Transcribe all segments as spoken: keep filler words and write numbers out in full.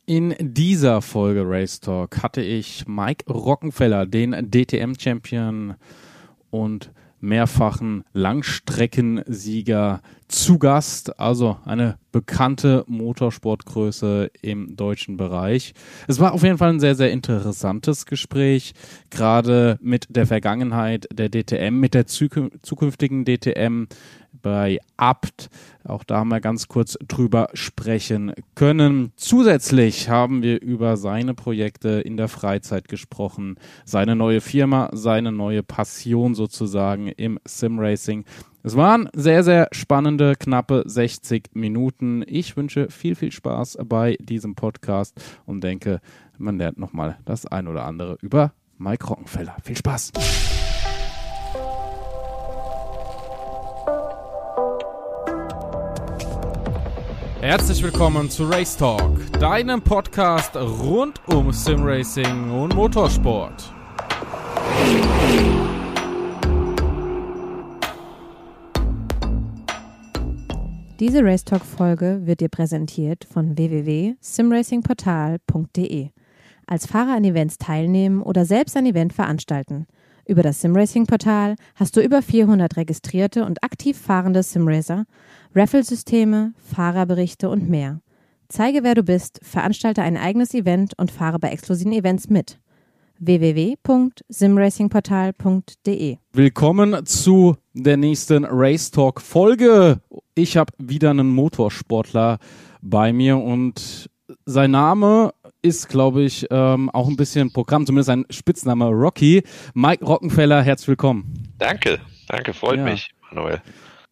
In dieser Folge Race Talk hatte ich Mike Rockenfeller, den D T M-Champion und mehrfachen Langstreckensieger, zu Gast, also eine bekannte Motorsportgröße im deutschen Bereich. Es war auf jeden Fall ein sehr, sehr interessantes Gespräch, gerade mit der Vergangenheit der D T M, mit der zukün- zukünftigen D T M bei Abt. Auch da haben wir ganz kurz drüber sprechen können. Zusätzlich haben wir über seine Projekte in der Freizeit gesprochen, seine neue Firma, seine neue Passion sozusagen im Simracing. Es waren sehr, sehr spannende, knappe sechzig Minuten. Ich wünsche viel, viel Spaß bei diesem Podcast und denke, man lernt nochmal das ein oder andere über Mike Rockenfeller. Viel Spaß! Herzlich willkommen zu Race Talk, deinem Podcast rund um Simracing und Motorsport. Diese Race Talk Folge wird dir präsentiert von w w w punkt simracingportal punkt d e. Als Fahrer an Events teilnehmen oder selbst ein Event veranstalten. Über das Simracing-Portal hast du über vierhundert registrierte und aktiv fahrende Simracer, Raffle-Systeme, Fahrerberichte und mehr. Zeige, wer du bist, veranstalte ein eigenes Event und fahre bei exklusiven Events mit. w w w punkt simracingportal punkt d e. Willkommen zu der nächsten Race Talk Folge. Ich habe wieder einen Motorsportler bei mir und sein Name ist, glaube ich, ähm, auch ein bisschen Programm, zumindest ein Spitzname, Rocky. Mike Rockenfeller, herzlich willkommen. Danke, danke, freut ja. mich, Manuel.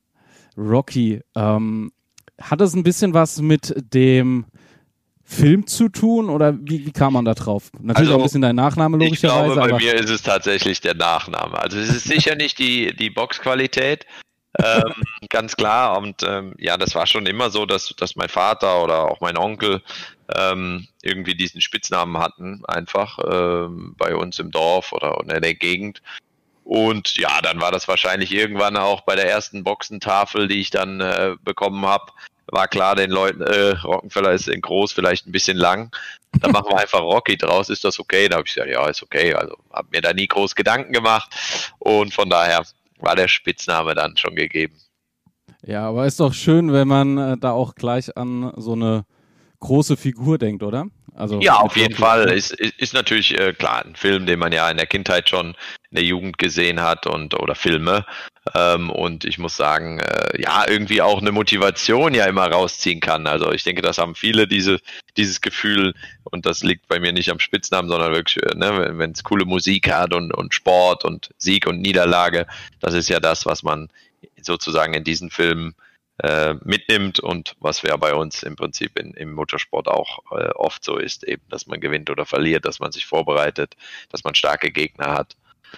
Rocky, ähm, hat es ein bisschen was mit dem Film zu tun oder wie, wie kam man da drauf? Natürlich also, auch ein bisschen dein Nachname logischerweise. Ich glaube, bei aber mir ist es tatsächlich der Nachname. Also es ist sicher nicht die, die Boxqualität, ähm, ganz klar. Und ähm, ja, das war schon immer so, dass, dass mein Vater oder auch mein Onkel ähm, irgendwie diesen Spitznamen hatten, einfach ähm, bei uns im Dorf oder in der Gegend. Und ja, dann war das wahrscheinlich irgendwann auch bei der ersten Boxentafel, die ich dann äh, bekommen habe, war klar den Leuten, äh, Rockenfeller ist in groß, vielleicht ein bisschen lang. Da machen wir einfach Rocky draus, ist das okay? Da habe ich gesagt, ja, ist okay. Also habe mir da nie groß Gedanken gemacht und von daher war der Spitzname dann schon gegeben. Ja, aber ist doch schön, wenn man äh, da auch gleich an so eine große Figur denkt, oder? Also ja, auf jeden Fall. Ist, ist, ist natürlich äh, klar ein Film, den man ja in der Kindheit schon in der Jugend gesehen hat und oder Filme. Ähm, und ich muss sagen, äh, ja, irgendwie auch eine Motivation ja immer rausziehen kann. Also ich denke, das haben viele diese dieses Gefühl und das liegt bei mir nicht am Spitznamen, sondern wirklich, ne, wenn es coole Musik hat und, und Sport und Sieg und Niederlage, das ist ja das, was man sozusagen in diesen Filmen äh, mitnimmt und was ja bei uns im Prinzip in, im Motorsport auch äh, oft so ist, eben, dass man gewinnt oder verliert, dass man sich vorbereitet, dass man starke Gegner hat.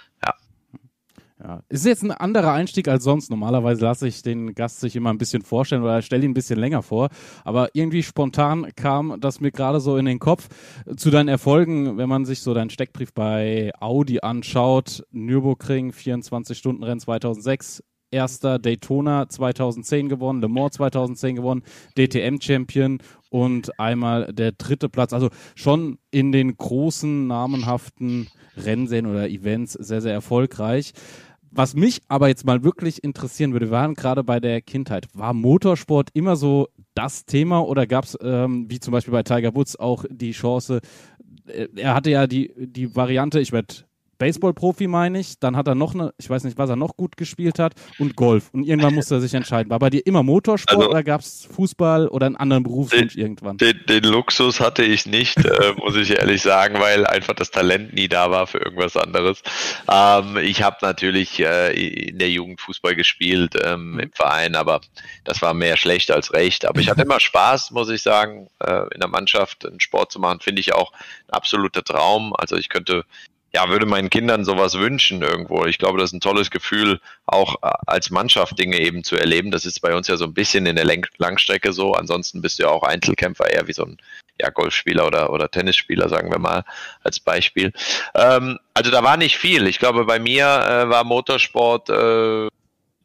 Ja, ist jetzt ein anderer Einstieg als sonst. Normalerweise lasse ich den Gast sich immer ein bisschen vorstellen oder stelle ihn ein bisschen länger vor. Aber irgendwie spontan kam das mir gerade so in den Kopf. Zu deinen Erfolgen, wenn man sich so deinen Steckbrief bei Audi anschaut, Nürburgring, vierundzwanzig-Stunden-Rennen zweitausendsechs, erster Daytona zweitausendzehn gewonnen, Le Mans zweitausendzehn gewonnen, D T M-Champion und einmal der dritte Platz. Also schon in den großen, namenhaften Rennserien oder Events sehr, sehr erfolgreich. Was mich aber jetzt mal wirklich interessieren würde, wir waren gerade bei der Kindheit. War Motorsport immer so das Thema oder gab es, ähm, wie zum Beispiel bei Tiger Woods, auch die Chance, äh, er hatte ja die, die Variante, ich werde Baseball-Profi, meine ich, dann hat er noch eine, ich weiß nicht, was er noch gut gespielt hat, und Golf. Und irgendwann musste er sich entscheiden. War bei dir immer Motorsport also, oder gab es Fußball oder einen anderen Berufswunsch den, irgendwann? Den, den Luxus hatte ich nicht, äh, muss ich ehrlich sagen, weil einfach das Talent nie da war für irgendwas anderes. Ähm, ich habe natürlich äh, in der Jugend Fußball gespielt ähm, im Verein, aber das war mehr schlecht als recht. Aber ich hatte immer Spaß, muss ich sagen, äh, in der Mannschaft einen Sport zu machen, finde ich auch ein absoluter Traum. Also ich könnte Ja, würde meinen Kindern sowas wünschen irgendwo. Ich glaube, das ist ein tolles Gefühl, auch als Mannschaft Dinge eben zu erleben. Das ist bei uns ja so ein bisschen in der Langstrecke so. Ansonsten bist du ja auch Einzelkämpfer, eher wie so ein ja, Golfspieler oder, oder Tennisspieler, sagen wir mal, als Beispiel. Ähm, also da war nicht viel. Ich glaube, bei mir äh, war Motorsport äh,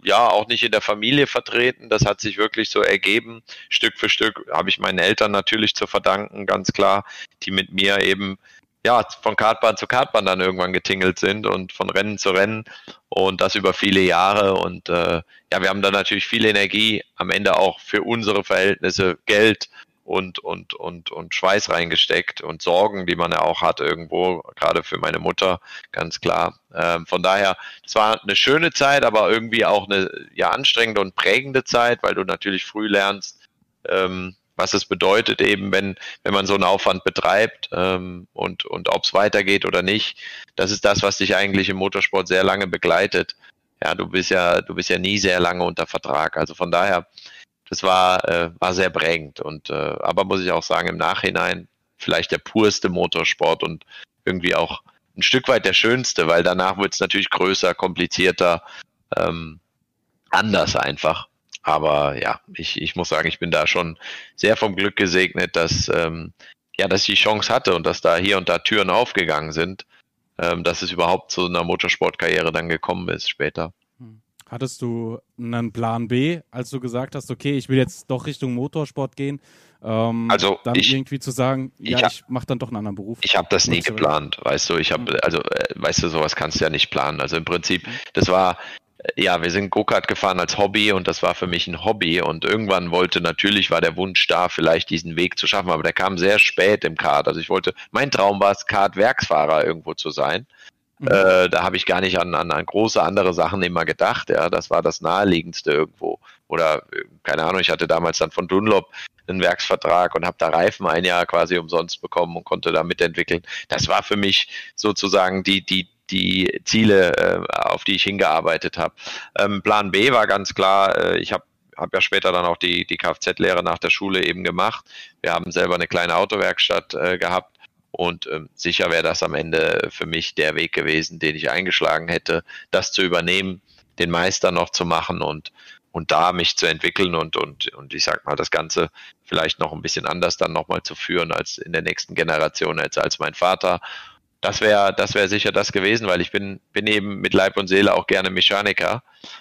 ja auch nicht in der Familie vertreten. Das hat sich wirklich so ergeben. Stück für Stück habe ich meinen Eltern natürlich zu verdanken, ganz klar, die mit mir eben ja von Kartbahn zu Kartbahn dann irgendwann getingelt sind und von Rennen zu Rennen und das über viele Jahre. Und äh, ja, wir haben da natürlich viel Energie, am Ende auch für unsere Verhältnisse Geld und und und und Schweiß reingesteckt und Sorgen, die man ja auch hat irgendwo, gerade für meine Mutter, ganz klar. Ähm, von daher, es war eine schöne Zeit, aber irgendwie auch eine ja anstrengende und prägende Zeit, weil du natürlich früh lernst, ähm, was es bedeutet eben, wenn wenn man so einen Aufwand betreibt ähm, und und ob es weitergeht oder nicht. Das ist das, was dich eigentlich im Motorsport sehr lange begleitet. Ja, du bist ja du bist ja nie sehr lange unter Vertrag. Also von daher, das war äh, war sehr prägend und äh, aber muss ich auch sagen, im Nachhinein vielleicht der purste Motorsport und irgendwie auch ein Stück weit der schönste, weil danach wird es natürlich größer, komplizierter, ähm, anders einfach. Aber ja, ich, ich muss sagen, ich bin da schon sehr vom Glück gesegnet, dass, ähm, ja, dass ich die Chance hatte und dass da hier und da Türen aufgegangen sind, ähm, dass es überhaupt zu einer Motorsportkarriere dann gekommen ist später. Hattest du einen Plan B, als du gesagt hast, okay, ich will jetzt doch Richtung Motorsport gehen? Ähm, also dann ich, irgendwie zu sagen, ja, ich, hab, ich mache dann doch einen anderen Beruf. Ich habe das nie geplant, weißt du. Ich habe, also, äh, weißt du, sowas kannst du ja nicht planen. Also im Prinzip, das war, ja, wir sind Go-Kart gefahren als Hobby und das war für mich ein Hobby und irgendwann wollte, natürlich war der Wunsch da, vielleicht diesen Weg zu schaffen, aber der kam sehr spät im Kart. Also ich wollte, mein Traum war es, Kart-Werksfahrer irgendwo zu sein. Mhm. Äh, da habe ich gar nicht an, an, an große andere Sachen immer gedacht. Ja, das war das Naheliegendste irgendwo. Oder, keine Ahnung, ich hatte damals dann von Dunlop einen Werksvertrag und habe da Reifen ein Jahr quasi umsonst bekommen und konnte da mitentwickeln. Das war für mich sozusagen die, die, die Ziele, äh, auf die ich hingearbeitet habe. Ähm, Plan B war ganz klar, äh, ich habe hab ja später dann auch die, die Kfz-Lehre nach der Schule eben gemacht. Wir haben selber eine kleine Autowerkstatt äh, gehabt. Und ähm, sicher wäre das am Ende für mich der Weg gewesen, den ich eingeschlagen hätte, das zu übernehmen, den Meister noch zu machen und und da mich zu entwickeln und und und ich sag mal, das Ganze vielleicht noch ein bisschen anders dann nochmal zu führen als in der nächsten Generation, als als mein Vater. Das wäre das wäre sicher das gewesen, weil ich bin bin eben mit Leib und Seele auch gerne Mechaniker.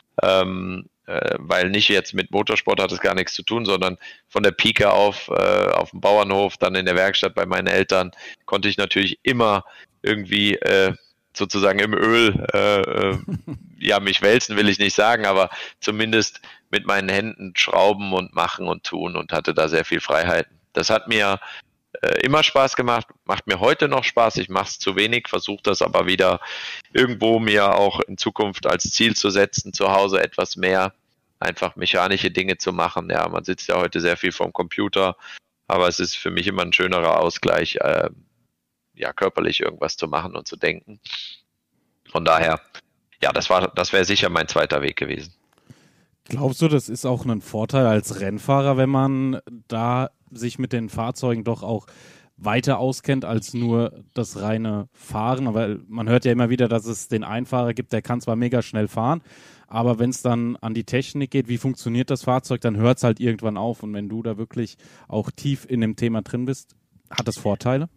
Ähm, äh, weil nicht jetzt mit Motorsport hat es gar nichts zu tun, sondern von der Pike auf, äh, auf dem Bauernhof, dann in der Werkstatt bei meinen Eltern, konnte ich natürlich immer irgendwie äh, sozusagen im Öl, äh, äh, ja, mich wälzen will ich nicht sagen, aber zumindest mit meinen Händen schrauben und machen und tun und hatte da sehr viel Freiheiten. Das hat mir äh, immer Spaß gemacht, macht mir heute noch Spaß, ich mache es zu wenig, versuche das aber wieder irgendwo mir auch in Zukunft als Ziel zu setzen, zu Hause etwas mehr einfach mechanische Dinge zu machen. Ja, man sitzt ja heute sehr viel vorm Computer, aber es ist für mich immer ein schönerer Ausgleich, äh, ja, körperlich irgendwas zu machen und zu denken. Von daher, ja, das war, das wäre sicher mein zweiter Weg gewesen. Glaubst du, das ist auch ein Vorteil als Rennfahrer, wenn man da sich mit den Fahrzeugen doch auch weiter auskennt als nur das reine Fahren? Weil man hört ja immer wieder, dass es den einen Fahrer gibt, der kann zwar mega schnell fahren, aber wenn es dann an die Technik geht, wie funktioniert das Fahrzeug, dann hört es halt irgendwann auf. Und wenn du da wirklich auch tief in dem Thema drin bist, hat das Vorteile?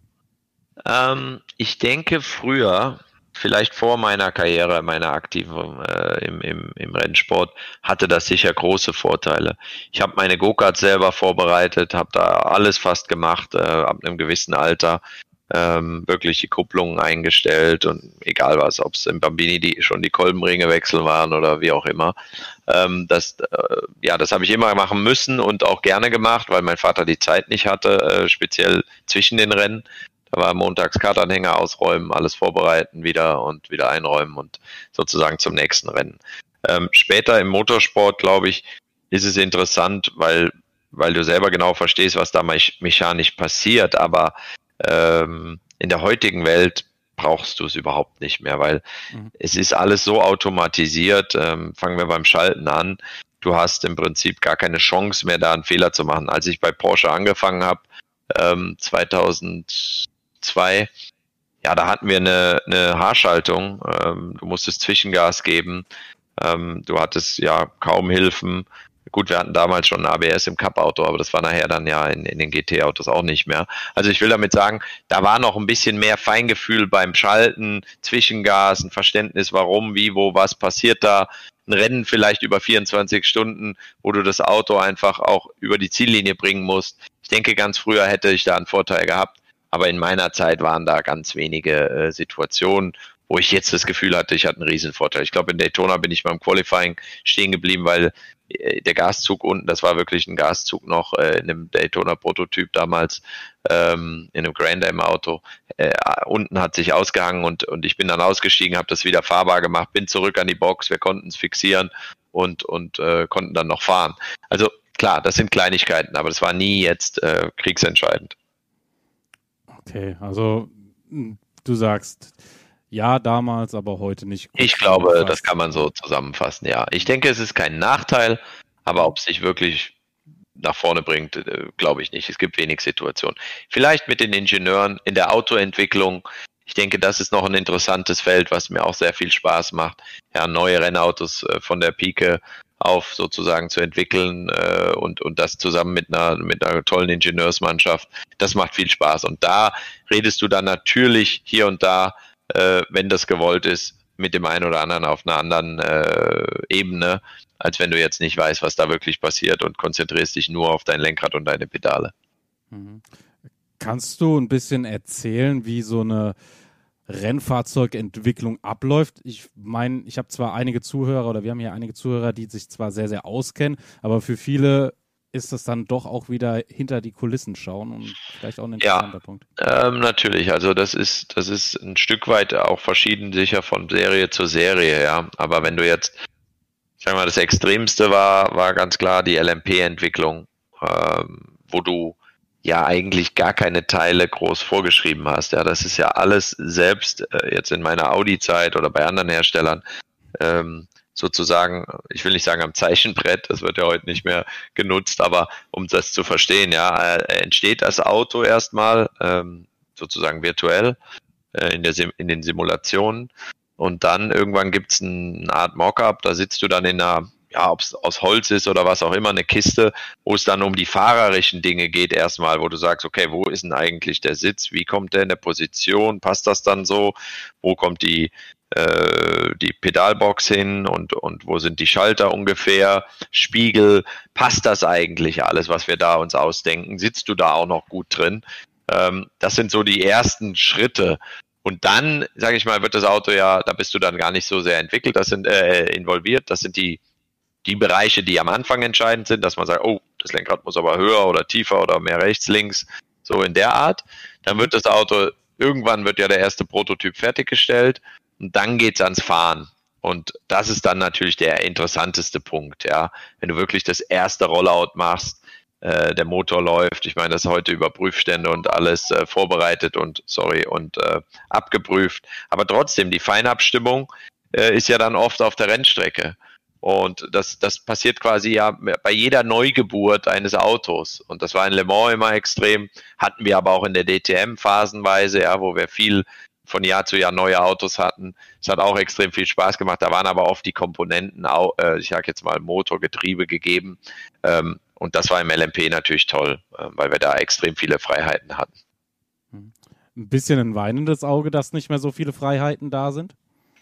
Ähm, ich denke früher, vielleicht vor meiner Karriere, meiner aktiven äh, im, im, im Rennsport, hatte das sicher große Vorteile. Ich habe meine Go-Karts selber vorbereitet, habe da alles fast gemacht, äh, ab einem gewissen Alter, ähm, wirklich die Kupplungen eingestellt und egal was, ob es im Bambini die, schon die Kolbenringe wechseln waren oder wie auch immer. Ähm, das äh, ja, das habe ich immer machen müssen und auch gerne gemacht, weil mein Vater die Zeit nicht hatte, äh, speziell zwischen den Rennen. Da war montags Kartanhänger ausräumen, alles vorbereiten wieder und wieder einräumen und sozusagen zum nächsten Rennen. Ähm, später im Motorsport, glaube ich, ist es interessant, weil, weil du selber genau verstehst, was da mechanisch passiert, aber ähm, in der heutigen Welt brauchst du es überhaupt nicht mehr, weil mhm. es ist alles so automatisiert. Ähm, fangen wir beim Schalten an. Du hast im Prinzip gar keine Chance mehr, da einen Fehler zu machen. Als ich bei Porsche angefangen habe, ähm, zweitausendzwei, ja, da hatten wir eine, eine Haarschaltung. Ähm, du musstest Zwischengas geben. Ähm, du hattest ja kaum Hilfen. Gut, wir hatten damals schon ein A B S im Cup-Auto, aber das war nachher dann ja in, in den G T-Autos auch nicht mehr. Also ich will damit sagen, da war noch ein bisschen mehr Feingefühl beim Schalten, Zwischengas, ein Verständnis, warum, wie, wo, was passiert da, ein Rennen vielleicht über vierundzwanzig Stunden, wo du das Auto einfach auch über die Ziellinie bringen musst. Ich denke, ganz früher hätte ich da einen Vorteil gehabt, aber in meiner Zeit waren da ganz wenige äh, Situationen, wo ich jetzt das Gefühl hatte, ich hatte einen Riesenvorteil. Ich glaube, in Daytona bin ich beim Qualifying stehen geblieben, weil äh, der Gaszug unten, das war wirklich ein Gaszug noch äh, in einem Daytona-Prototyp damals, ähm, in einem Grand Am-Auto. Äh, unten hat sich ausgehangen und, und ich bin dann ausgestiegen, habe das wieder fahrbar gemacht, bin zurück an die Box, wir konnten es fixieren und, und äh, konnten dann noch fahren. Also klar, das sind Kleinigkeiten, aber das war nie jetzt äh, kriegsentscheidend. Okay, also du sagst, ja, damals, aber heute nicht. Ich glaube, das kann man so zusammenfassen, ja. Ich denke, es ist kein Nachteil, aber ob es sich wirklich nach vorne bringt, äh, glaube ich nicht. Es gibt wenig Situationen. Vielleicht mit den Ingenieuren in der Autoentwicklung. Ich denke, das ist noch ein interessantes Feld, was mir auch sehr viel Spaß macht. Ja, neue Rennautos äh, von der Pike auf sozusagen zu entwickeln äh, und, und das zusammen mit einer, mit einer tollen Ingenieursmannschaft. Das macht viel Spaß. Und da redest du dann natürlich hier und da, äh, wenn das gewollt ist, mit dem einen oder anderen auf einer anderen äh, Ebene, als wenn du jetzt nicht weißt, was da wirklich passiert und konzentrierst dich nur auf dein Lenkrad und deine Pedale. Mhm. Kannst du ein bisschen erzählen, wie so eine Rennfahrzeugentwicklung abläuft? Ich meine, ich habe zwar einige Zuhörer oder wir haben hier einige Zuhörer, die sich zwar sehr, sehr auskennen, aber für viele ist das dann doch auch wieder hinter die Kulissen schauen und vielleicht auch ein interessanter ja, Punkt. Ähm, natürlich, also das ist, das ist ein Stück weit auch verschieden, sicher von Serie zu Serie, ja. Aber wenn du jetzt, ich sag mal, das Extremste war, war ganz klar die L M P-Entwicklung, ähm, wo du ja eigentlich gar keine Teile groß vorgeschrieben hast. Ja, das ist ja alles selbst äh, jetzt in meiner Audi-Zeit oder bei anderen Herstellern ähm, sozusagen, ich will nicht sagen am Zeichenbrett, das wird ja heute nicht mehr genutzt, aber um das zu verstehen, ja, äh, entsteht das Auto erstmal ähm, sozusagen virtuell äh, in, der Sim- in den Simulationen und dann irgendwann gibt es eine Art Mockup, da sitzt du dann in einer, ja, ob es aus Holz ist oder was auch immer, eine Kiste, wo es dann um die fahrerischen Dinge geht erstmal, wo du sagst, okay, wo ist denn eigentlich der Sitz, wie kommt der in der Position, passt das dann so, wo kommt die die Pedalbox hin und, und wo sind die Schalter ungefähr, Spiegel, passt das eigentlich alles, was wir da uns ausdenken, sitzt du da auch noch gut drin? Ähm, das sind so die ersten Schritte und dann, sage ich mal, wird das Auto ja, da bist du dann gar nicht so sehr entwickelt, das sind äh, involviert, das sind die, die Bereiche, die am Anfang entscheidend sind, dass man sagt, oh, das Lenkrad muss aber höher oder tiefer oder mehr rechts, links, so in der Art. Dann wird das Auto, irgendwann wird ja der erste Prototyp fertiggestellt. Und dann geht's ans Fahren. Und das ist dann natürlich der interessanteste Punkt, ja. Wenn du wirklich das erste Rollout machst, äh, der Motor läuft, ich meine, das ist heute über Prüfstände und alles äh, vorbereitet und, sorry, und äh, abgeprüft. Aber trotzdem, die Feinabstimmung äh, ist ja dann oft auf der Rennstrecke. Und das, das passiert quasi ja bei jeder Neugeburt eines Autos. Und das war in Le Mans immer extrem, hatten wir aber auch in der D T M phasenweise, ja, wo wir viel von Jahr zu Jahr neue Autos hatten. Es hat auch extrem viel Spaß gemacht. Da waren aber oft die Komponenten, äh, ich sage jetzt mal Motor, Getriebe gegeben. Ähm, und das war im L M P natürlich toll, äh, weil wir da extrem viele Freiheiten hatten. Ein bisschen ein weinendes Auge, dass nicht mehr so viele Freiheiten da sind?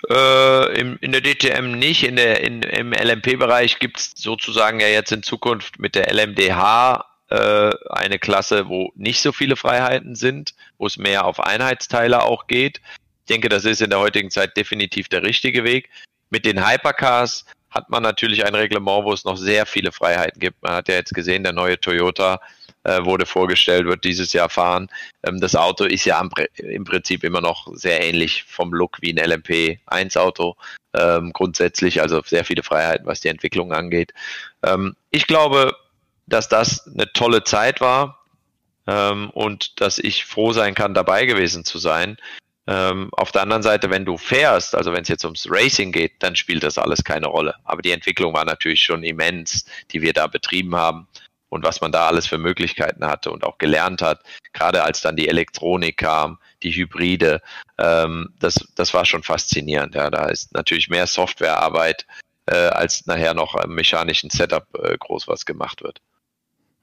Äh, im, in der D T M nicht. In der, in, im L M P-Bereich gibt es sozusagen ja jetzt in Zukunft mit der L M D H eine Klasse, wo nicht so viele Freiheiten sind, wo es mehr auf Einheitsteile auch geht. Ich denke, das ist in der heutigen Zeit definitiv der richtige Weg. Mit den Hypercars hat man natürlich ein Reglement, wo es noch sehr viele Freiheiten gibt. Man hat ja jetzt gesehen, der neue Toyota äh, wurde vorgestellt, wird dieses Jahr fahren. Ähm, das Auto ist ja am, im Prinzip immer noch sehr ähnlich vom Look wie ein L M P eins Auto. Ähm, grundsätzlich, also sehr viele Freiheiten, was die Entwicklung angeht. Ähm, ich glaube, dass das eine tolle Zeit war ähm, und dass ich froh sein kann, dabei gewesen zu sein. Ähm, auf der anderen Seite, wenn du fährst, also wenn es jetzt ums Racing geht, dann spielt das alles keine Rolle. Aber die Entwicklung war natürlich schon immens, die wir da betrieben haben und was man da alles für Möglichkeiten hatte und auch gelernt hat, gerade als dann die Elektronik kam, die Hybride, ähm, das, das war schon faszinierend. Ja. Da ist natürlich mehr Softwarearbeit, äh, als nachher noch im mechanischen Setup äh, groß was gemacht wird.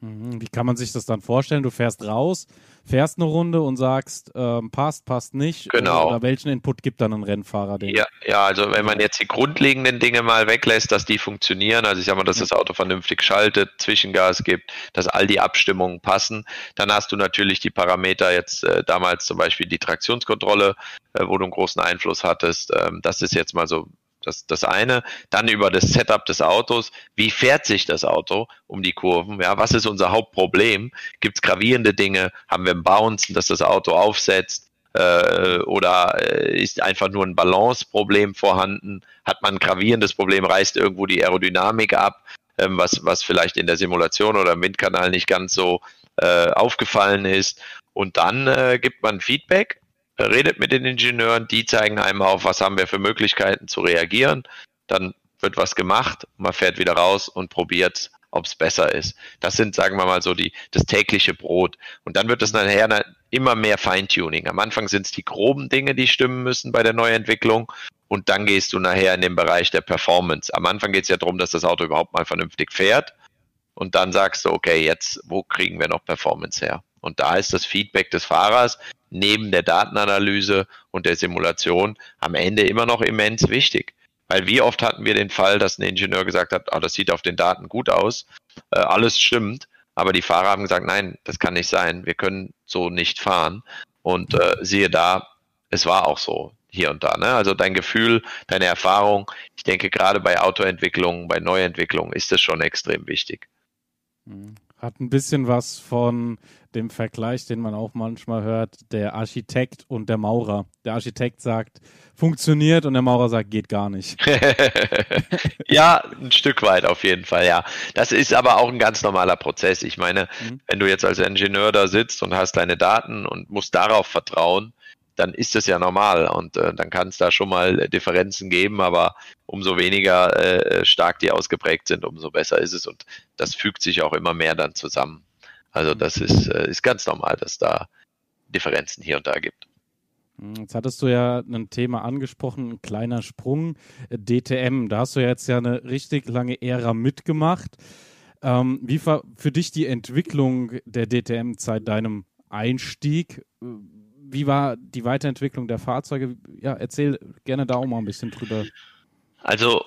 Wie kann man sich das dann vorstellen? Du fährst raus, fährst eine Runde und sagst, ähm, passt, passt nicht. Genau. Oder welchen Input gibt dann ein Rennfahrer? Den ja, ja, also wenn man jetzt die grundlegenden Dinge mal weglässt, dass die funktionieren, also ich sag mal, dass das Auto vernünftig schaltet, Zwischengas gibt, dass all die Abstimmungen passen, dann hast du natürlich die Parameter jetzt äh, damals zum Beispiel die Traktionskontrolle, äh, wo du einen großen Einfluss hattest. Ähm, das ist jetzt mal so Das, das eine, dann über das Setup des Autos, wie fährt sich das Auto um die Kurven, ja, was ist unser Hauptproblem, gibt es gravierende Dinge, haben wir ein Bouncen, dass das Auto aufsetzt, äh, oder äh, ist einfach nur ein Balanceproblem vorhanden, hat man ein gravierendes Problem, reißt irgendwo die Aerodynamik ab, ähm, was, was vielleicht in der Simulation oder im Windkanal nicht ganz so äh, aufgefallen ist, und dann äh, gibt man Feedback, redet mit den Ingenieuren, die zeigen einem auf, was haben wir für Möglichkeiten zu reagieren, dann wird was gemacht, man fährt wieder raus und probiert, ob es besser ist. Das sind, sagen wir mal so, die, das tägliche Brot. Und dann wird es nachher immer mehr Feintuning. Am Anfang sind es die groben Dinge, die stimmen müssen bei der Neuentwicklung, und dann gehst du nachher in den Bereich der Performance. Am Anfang geht es ja darum, dass das Auto überhaupt mal vernünftig fährt, und dann sagst du, okay, jetzt, wo kriegen wir noch Performance her? Und da ist das Feedback des Fahrers neben der Datenanalyse und der Simulation am Ende immer noch immens wichtig. Weil wie oft hatten wir den Fall, dass ein Ingenieur gesagt hat, oh, das sieht auf den Daten gut aus, äh, alles stimmt, aber die Fahrer haben gesagt, nein, das kann nicht sein, wir können so nicht fahren. Und äh, siehe da, es war auch so hier und da. Ne? Also dein Gefühl, deine Erfahrung, ich denke gerade bei Autoentwicklung, bei Neuentwicklung ist das schon extrem wichtig. Hat ein bisschen was von dem Vergleich, den man auch manchmal hört, der Architekt und der Maurer. Der Architekt sagt, funktioniert, und der Maurer sagt, geht gar nicht. Ja, ein Stück weit auf jeden Fall, ja. Das ist aber auch ein ganz normaler Prozess. Ich meine, mhm. wenn du jetzt als Ingenieur da sitzt und hast deine Daten und musst darauf vertrauen, dann ist das ja normal, und äh, dann kann es da schon mal Differenzen geben, aber umso weniger äh, stark die ausgeprägt sind, umso besser ist es, und das fügt sich auch immer mehr dann zusammen. Also das ist, äh, ist ganz normal, dass da Differenzen hier und da gibt. Jetzt hattest du ja ein Thema angesprochen, ein kleiner Sprung, D T M, da hast du ja jetzt ja eine richtig lange Ära mitgemacht. Ähm, wie war für dich die Entwicklung der D T M seit deinem Einstieg? Wie war die Weiterentwicklung der Fahrzeuge? Ja, erzähl gerne da auch mal ein bisschen drüber. Also,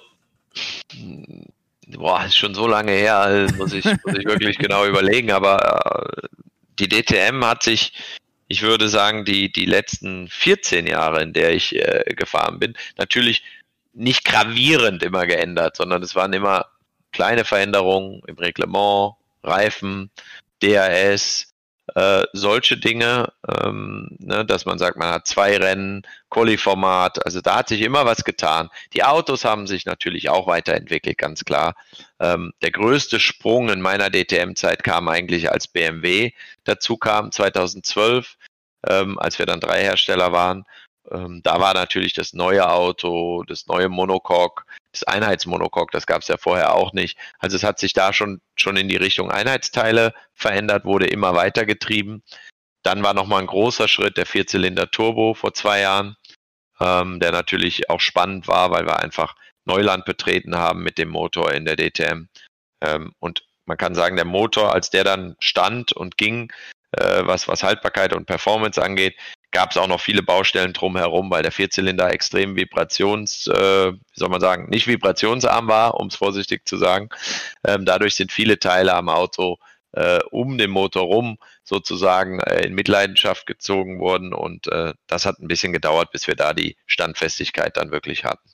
boah, ist schon so lange her, muss ich, muss ich wirklich genau überlegen, aber äh, die D T M hat sich, ich würde sagen, die, die letzten vierzehn Jahre, in der ich äh, gefahren bin, natürlich nicht gravierend immer geändert, sondern es waren immer kleine Veränderungen im Reglement, Reifen, D R S, Äh, solche Dinge, ähm, ne, dass man sagt, man hat zwei Rennen, Quali-Format, also da hat sich immer was getan. Die Autos haben sich natürlich auch weiterentwickelt, ganz klar. Ähm, der größte Sprung in meiner D T M-Zeit kam eigentlich, als B M W dazu kam, zweitausendzwölf, ähm, als wir dann drei Hersteller waren. Ähm, da war natürlich das neue Auto, das neue Monocoque, das Einheitsmonocoque, das gab es ja vorher auch nicht. Also es hat sich da schon, schon in die Richtung Einheitsteile verändert, wurde immer weiter getrieben. Dann war nochmal ein großer Schritt der Vierzylinder-Turbo vor zwei Jahren, ähm, der natürlich auch spannend war, weil wir einfach Neuland betreten haben mit dem Motor in der D T M. Ähm, und man kann sagen, der Motor, als der dann stand und ging, äh, was, was Haltbarkeit und Performance angeht, gab es auch noch viele Baustellen drumherum, weil der Vierzylinder extrem vibrations, äh, wie soll man sagen, nicht vibrationsarm war, um es vorsichtig zu sagen. Ähm, dadurch sind viele Teile am Auto äh, um den Motor rum sozusagen äh, in Mitleidenschaft gezogen worden, und äh, das hat ein bisschen gedauert, bis wir da die Standfestigkeit dann wirklich hatten.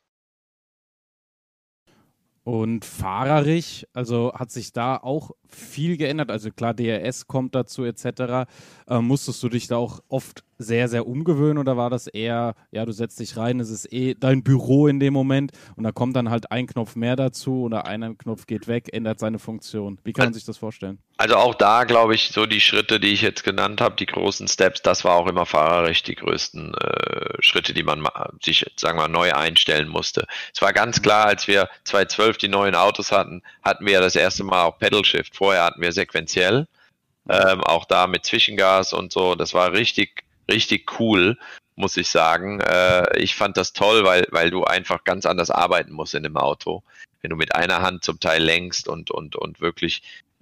Und fahrerisch, also hat sich da auch viel geändert, also klar, D R S kommt dazu et cetera. Äh, musstest du dich da auch oft sehr, sehr umgewöhnen, oder war das eher, ja, du setzt dich rein, es ist eh dein Büro in dem Moment und da kommt dann halt ein Knopf mehr dazu oder ein Knopf geht weg, ändert seine Funktion. Wie kann man sich das vorstellen? Also auch da, glaube ich, so die Schritte, die ich jetzt genannt habe, die großen Steps, das war auch immer fahrerisch die größten äh, Schritte, die man sich, sagen wir mal, neu einstellen musste. Es war ganz klar, als wir zweitausendzwölf die neuen Autos hatten, hatten wir ja das erste Mal auch Pedal Shift. Vorher hatten wir sequenziell, ähm, auch da mit Zwischengas und so. Das war richtig, richtig cool, muss ich sagen. Äh, ich fand das toll, weil, weil du einfach ganz anders arbeiten musst in dem Auto. Wenn du mit einer Hand zum Teil lenkst und, und, und wirklich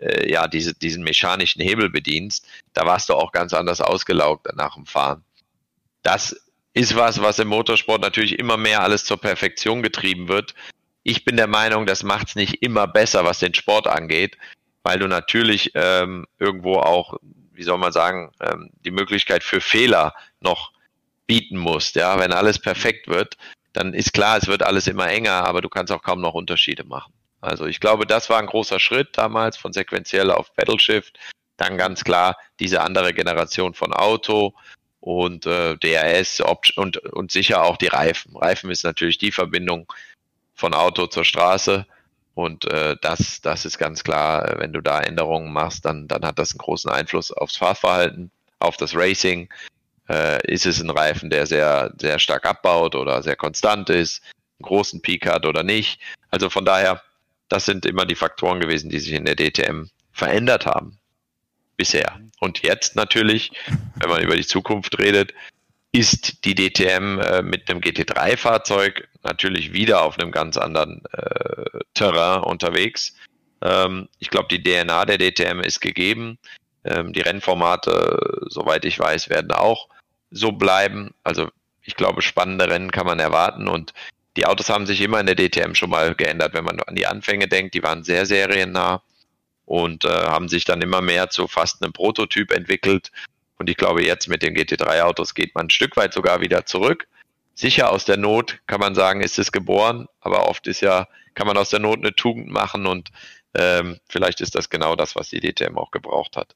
äh, ja, diese, diesen mechanischen Hebel bedienst, da warst du auch ganz anders ausgelaugt nach dem Fahren. Das ist was, was im Motorsport natürlich immer mehr alles zur Perfektion getrieben wird. Ich bin der Meinung, das macht es nicht immer besser, was den Sport angeht, weil du natürlich ähm, irgendwo auch, wie soll man sagen, ähm, die Möglichkeit für Fehler noch bieten musst. Ja, wenn alles perfekt wird, dann ist klar, es wird alles immer enger, aber du kannst auch kaum noch Unterschiede machen. Also ich glaube, das war ein großer Schritt damals von sequenziell auf Pedal Shift. Dann ganz klar diese andere Generation von Auto und äh, D R S und, und sicher auch die Reifen. Reifen ist natürlich die Verbindung von Auto zur Straße und äh, das, das ist ganz klar, wenn du da Änderungen machst, dann, dann hat das einen großen Einfluss aufs Fahrverhalten, auf das Racing. Äh, ist es ein Reifen, der sehr, sehr stark abbaut oder sehr konstant ist, einen großen Peak hat oder nicht. Also von daher, das sind immer die Faktoren gewesen, die sich in der D T M verändert haben bisher. Und jetzt natürlich, wenn man über die Zukunft redet, ist die D T M äh, mit einem G T drei Fahrzeug natürlich wieder auf einem ganz anderen äh, Terrain unterwegs. Ähm, ich glaube, die D N A der D T M ist gegeben. Ähm, die Rennformate, soweit ich weiß, werden auch so bleiben. Also ich glaube, spannende Rennen kann man erwarten und die Autos haben sich immer in der D T M schon mal geändert. Wenn man an die Anfänge denkt, die waren sehr seriennah und äh, haben sich dann immer mehr zu fast einem Prototyp entwickelt. Und ich glaube, jetzt mit den G T drei Autos geht man ein Stück weit sogar wieder zurück. Sicher aus der Not kann man sagen, ist es geboren, aber oft ist ja, kann man aus der Not eine Tugend machen und ähm, vielleicht ist das genau das, was die D T M auch gebraucht hat.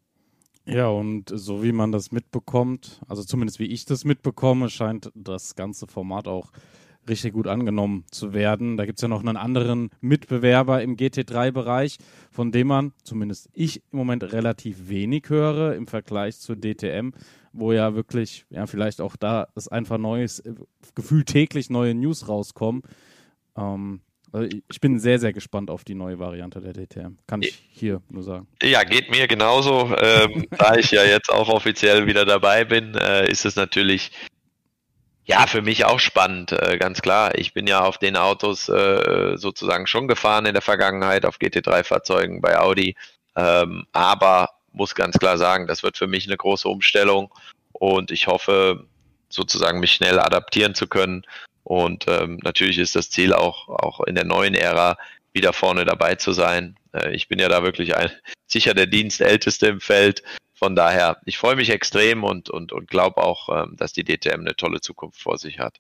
Ja, und so wie man das mitbekommt, also zumindest wie ich das mitbekomme, scheint das ganze Format auch richtig gut angenommen zu werden. Da gibt es ja noch einen anderen Mitbewerber im G T drei Bereich, von dem man, zumindest ich im Moment relativ wenig höre im Vergleich zur D T M, wo ja wirklich, ja vielleicht auch da ist einfach neues, gefühlt täglich neue News rauskommen. Ähm, also ich bin sehr, sehr gespannt auf die neue Variante der D T M. Kann ich hier nur sagen. Ja, geht mir genauso. Ähm, da ich ja jetzt auch offiziell wieder dabei bin, äh, ist es natürlich ja, für mich auch spannend, äh, ganz klar. Ich bin ja auf den Autos äh, sozusagen schon gefahren in der Vergangenheit, auf G T drei Fahrzeugen bei Audi. Ähm, aber muss ganz klar sagen, das wird für mich eine große Umstellung und ich hoffe, sozusagen mich schnell adaptieren zu können. Und ähm, natürlich ist das Ziel auch, auch in der neuen Ära wieder vorne dabei zu sein. Äh, ich bin ja da wirklich ein, sicher der Dienstälteste im Feld. Von daher, ich freue mich extrem und, und, und glaube auch, ähm, dass die D T M eine tolle Zukunft vor sich hat.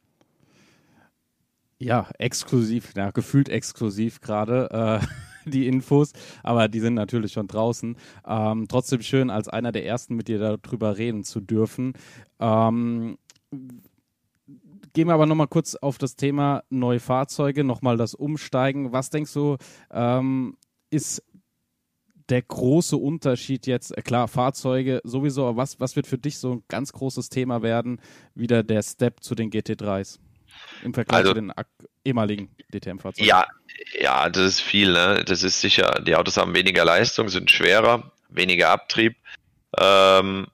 Ja, exklusiv, ja, gefühlt exklusiv gerade äh, die Infos, aber die sind natürlich schon draußen. Ähm, trotzdem schön, als einer der Ersten mit dir darüber reden zu dürfen. Ähm, gehen wir aber nochmal kurz auf das Thema neue Fahrzeuge, nochmal das Umsteigen. Was denkst du, ähm, ist der große Unterschied jetzt, klar, Fahrzeuge sowieso, aber was, was wird für dich so ein ganz großes Thema werden, wieder der Step zu den G T dreis im Vergleich also, zu den ehemaligen D T M-Fahrzeugen? Ja, ja, das ist viel, ne? Das ist sicher, die Autos haben weniger Leistung, sind schwerer, weniger Abtrieb ähm,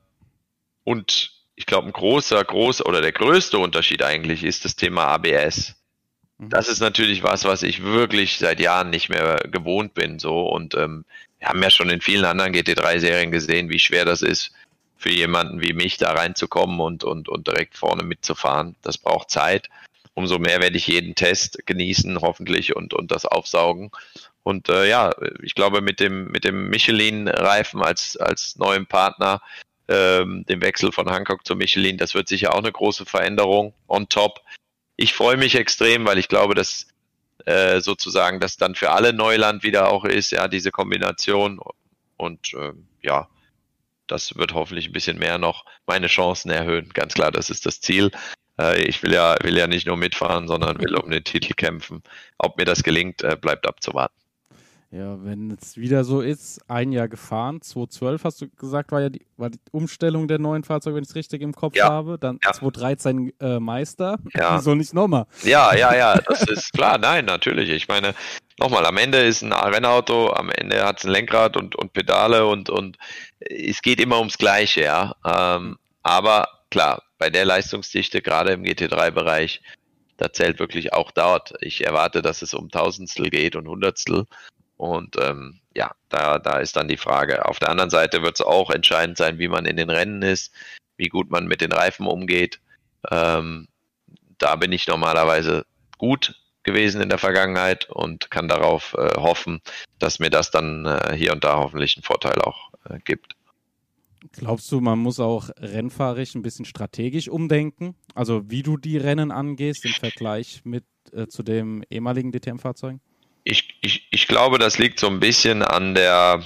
und ich glaube, ein großer, großer oder der größte Unterschied eigentlich ist das Thema A B S. Das ist natürlich was, was ich wirklich seit Jahren nicht mehr gewohnt bin. So und ähm, wir haben ja schon in vielen anderen G T drei Serien gesehen, wie schwer das ist, für jemanden wie mich da reinzukommen und, und, und direkt vorne mitzufahren. Das braucht Zeit. Umso mehr werde ich jeden Test genießen, hoffentlich, und, und das aufsaugen. Und äh, ja, ich glaube, mit dem, mit dem Michelin-Reifen als, als neuem Partner, ähm, dem Wechsel von Hankook zu Michelin, das wird sicher auch eine große Veränderung on top. Ich freue mich extrem, weil ich glaube, dass äh, sozusagen das dann für alle Neuland wieder auch ist, ja, diese Kombination. Und äh, ja, das wird hoffentlich ein bisschen mehr noch meine Chancen erhöhen. Ganz klar, das ist das Ziel. Äh, ich will ja, will ja nicht nur mitfahren, sondern will um den Titel kämpfen. Ob mir das gelingt, äh, bleibt abzuwarten. Ja, wenn es wieder so ist, ein Jahr gefahren, zweitausendzwölf hast du gesagt, war ja die, war die Umstellung der neuen Fahrzeuge, wenn ich es richtig im Kopf ja, habe, dann ja. zweitausenddreizehn äh, Meister, ja. wieso nicht nochmal? Ja, ja, ja, das ist klar, nein, natürlich, ich meine, nochmal, am Ende ist ein Rennauto, am Ende hat es ein Lenkrad und, und Pedale und, und es geht immer ums Gleiche, ja, ähm, aber klar, bei der Leistungsdichte, gerade im G T drei Bereich, da zählt wirklich auch dort, ich erwarte, dass es um Tausendstel geht und Hundertstel. Und ähm, ja, da, da ist dann die Frage. Auf der anderen Seite wird es auch entscheidend sein, wie man in den Rennen ist, wie gut man mit den Reifen umgeht. Ähm, da bin ich normalerweise gut gewesen in der Vergangenheit und kann darauf äh, hoffen, dass mir das dann äh, hier und da hoffentlich einen Vorteil auch äh, gibt. Glaubst du, man muss auch rennfahrisch ein bisschen strategisch umdenken? Also wie du die Rennen angehst im Vergleich mit äh, zu dem ehemaligen D T M-Fahrzeugen? Ich, ich, ich glaube, das liegt so ein bisschen an der,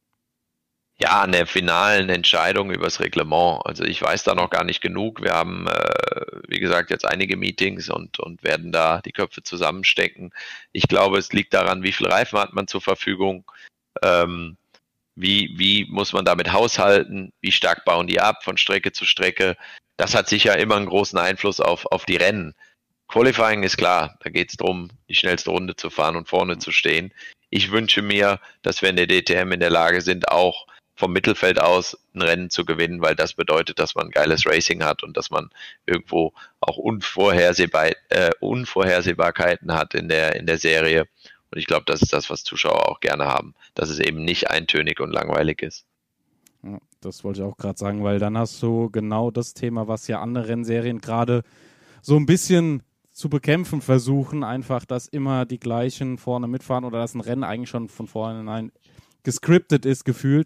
ja, an der finalen Entscheidung übers Reglement. Also ich weiß da noch gar nicht genug. Wir haben, äh, wie gesagt, jetzt einige Meetings und, und werden da die Köpfe zusammenstecken. Ich glaube, es liegt daran, wie viel Reifen hat man zur Verfügung, ähm, wie, wie muss man damit haushalten, wie stark bauen die ab von Strecke zu Strecke. Das hat sicher immer einen großen Einfluss auf, auf die Rennen. Qualifying ist klar, da geht es darum, die schnellste Runde zu fahren und vorne zu stehen. Ich wünsche mir, dass wir in der D T M in der Lage sind, auch vom Mittelfeld aus ein Rennen zu gewinnen, weil das bedeutet, dass man geiles Racing hat und dass man irgendwo auch Unvorhersehbar, äh, Unvorhersehbarkeiten hat in der, in der Serie. Und ich glaube, das ist das, was Zuschauer auch gerne haben, dass es eben nicht eintönig und langweilig ist. Ja, das wollte ich auch gerade sagen, weil dann hast du genau das Thema, was ja andere Rennserien gerade so ein bisschen zu bekämpfen versuchen, einfach, dass immer die gleichen vorne mitfahren oder dass ein Rennen eigentlich schon von vornherein gescriptet ist, gefühlt.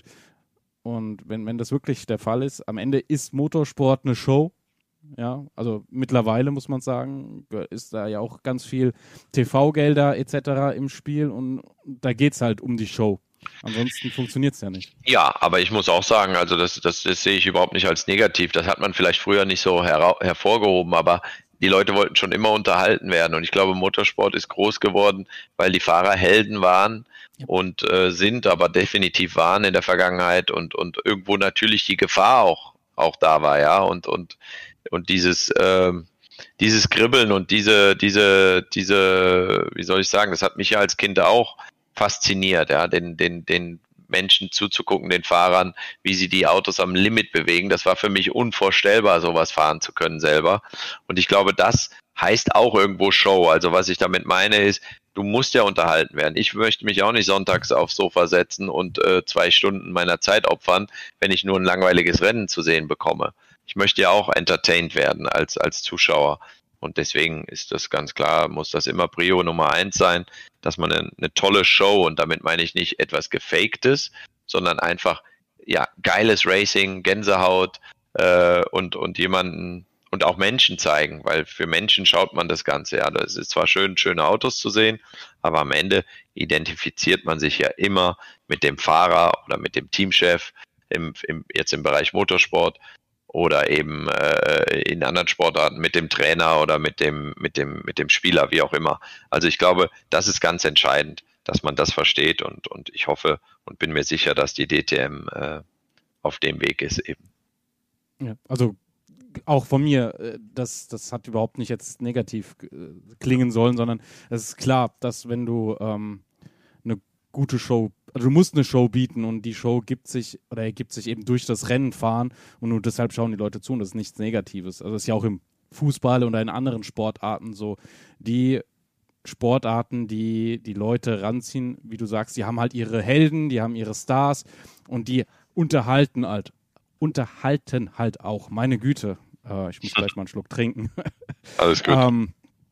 Und wenn, wenn das wirklich der Fall ist, am Ende ist Motorsport eine Show. Ja, also mittlerweile muss man sagen, ist da ja auch ganz viel T V-Gelder et cetera im Spiel und da geht es halt um die Show. Ansonsten funktioniert es ja nicht. Ja, aber ich muss auch sagen, also das, das, das sehe ich überhaupt nicht als negativ. Das hat man vielleicht früher nicht so her- hervorgehoben, aber die Leute wollten schon immer unterhalten werden. Und ich glaube, Motorsport ist groß geworden, weil die Fahrer Helden waren ja. und äh, sind, aber definitiv waren in der Vergangenheit und, und irgendwo natürlich die Gefahr auch, auch da war, ja. Und, und, und dieses, äh, dieses Kribbeln und diese, diese, diese, wie soll ich sagen, das hat mich ja als Kind auch fasziniert, ja, den, den, den Menschen zuzugucken, den Fahrern, wie sie die Autos am Limit bewegen. Das war für mich unvorstellbar, sowas fahren zu können selber. Und ich glaube, das heißt auch irgendwo Show. Also was ich damit meine ist, du musst ja unterhalten werden. Ich möchte mich auch nicht sonntags aufs Sofa setzen und äh, zwei Stunden meiner Zeit opfern, wenn ich nur ein langweiliges Rennen zu sehen bekomme. Ich möchte ja auch entertained werden als, als Zuschauer. Und deswegen ist das ganz klar, muss das immer Prio Nummer eins sein, dass man eine, eine tolle Show, und damit meine ich nicht etwas Gefaktes, sondern einfach, ja, geiles Racing, Gänsehaut äh, und, und jemanden und auch Menschen zeigen, weil für Menschen schaut man das Ganze. Ja, das ist zwar schön, schöne Autos zu sehen, aber am Ende identifiziert man sich ja immer mit dem Fahrer oder mit dem Teamchef, im, im, jetzt im Bereich Motorsport, oder eben äh, in anderen Sportarten mit dem Trainer oder mit dem, mit dem, mit dem Spieler, wie auch immer. Also ich glaube, das ist ganz entscheidend, dass man das versteht, und, und ich hoffe und bin mir sicher, dass die D T M äh, auf dem Weg ist eben. Ja, also auch von mir, das, das hat überhaupt nicht jetzt negativ klingen sollen, sondern es ist klar, dass wenn du ähm, eine gute Show, also du musst eine Show bieten, und die Show gibt sich oder ergibt sich eben durch das Rennen fahren, und nur deshalb schauen die Leute zu, und das ist nichts Negatives. Also das ist ja auch im Fußball oder in anderen Sportarten so. Die Sportarten, die die Leute ranziehen, wie du sagst, die haben halt ihre Helden, die haben ihre Stars, und die unterhalten halt, unterhalten halt auch. Meine Güte, äh, ich muss gleich mal einen Schluck trinken. Alles gut. ähm,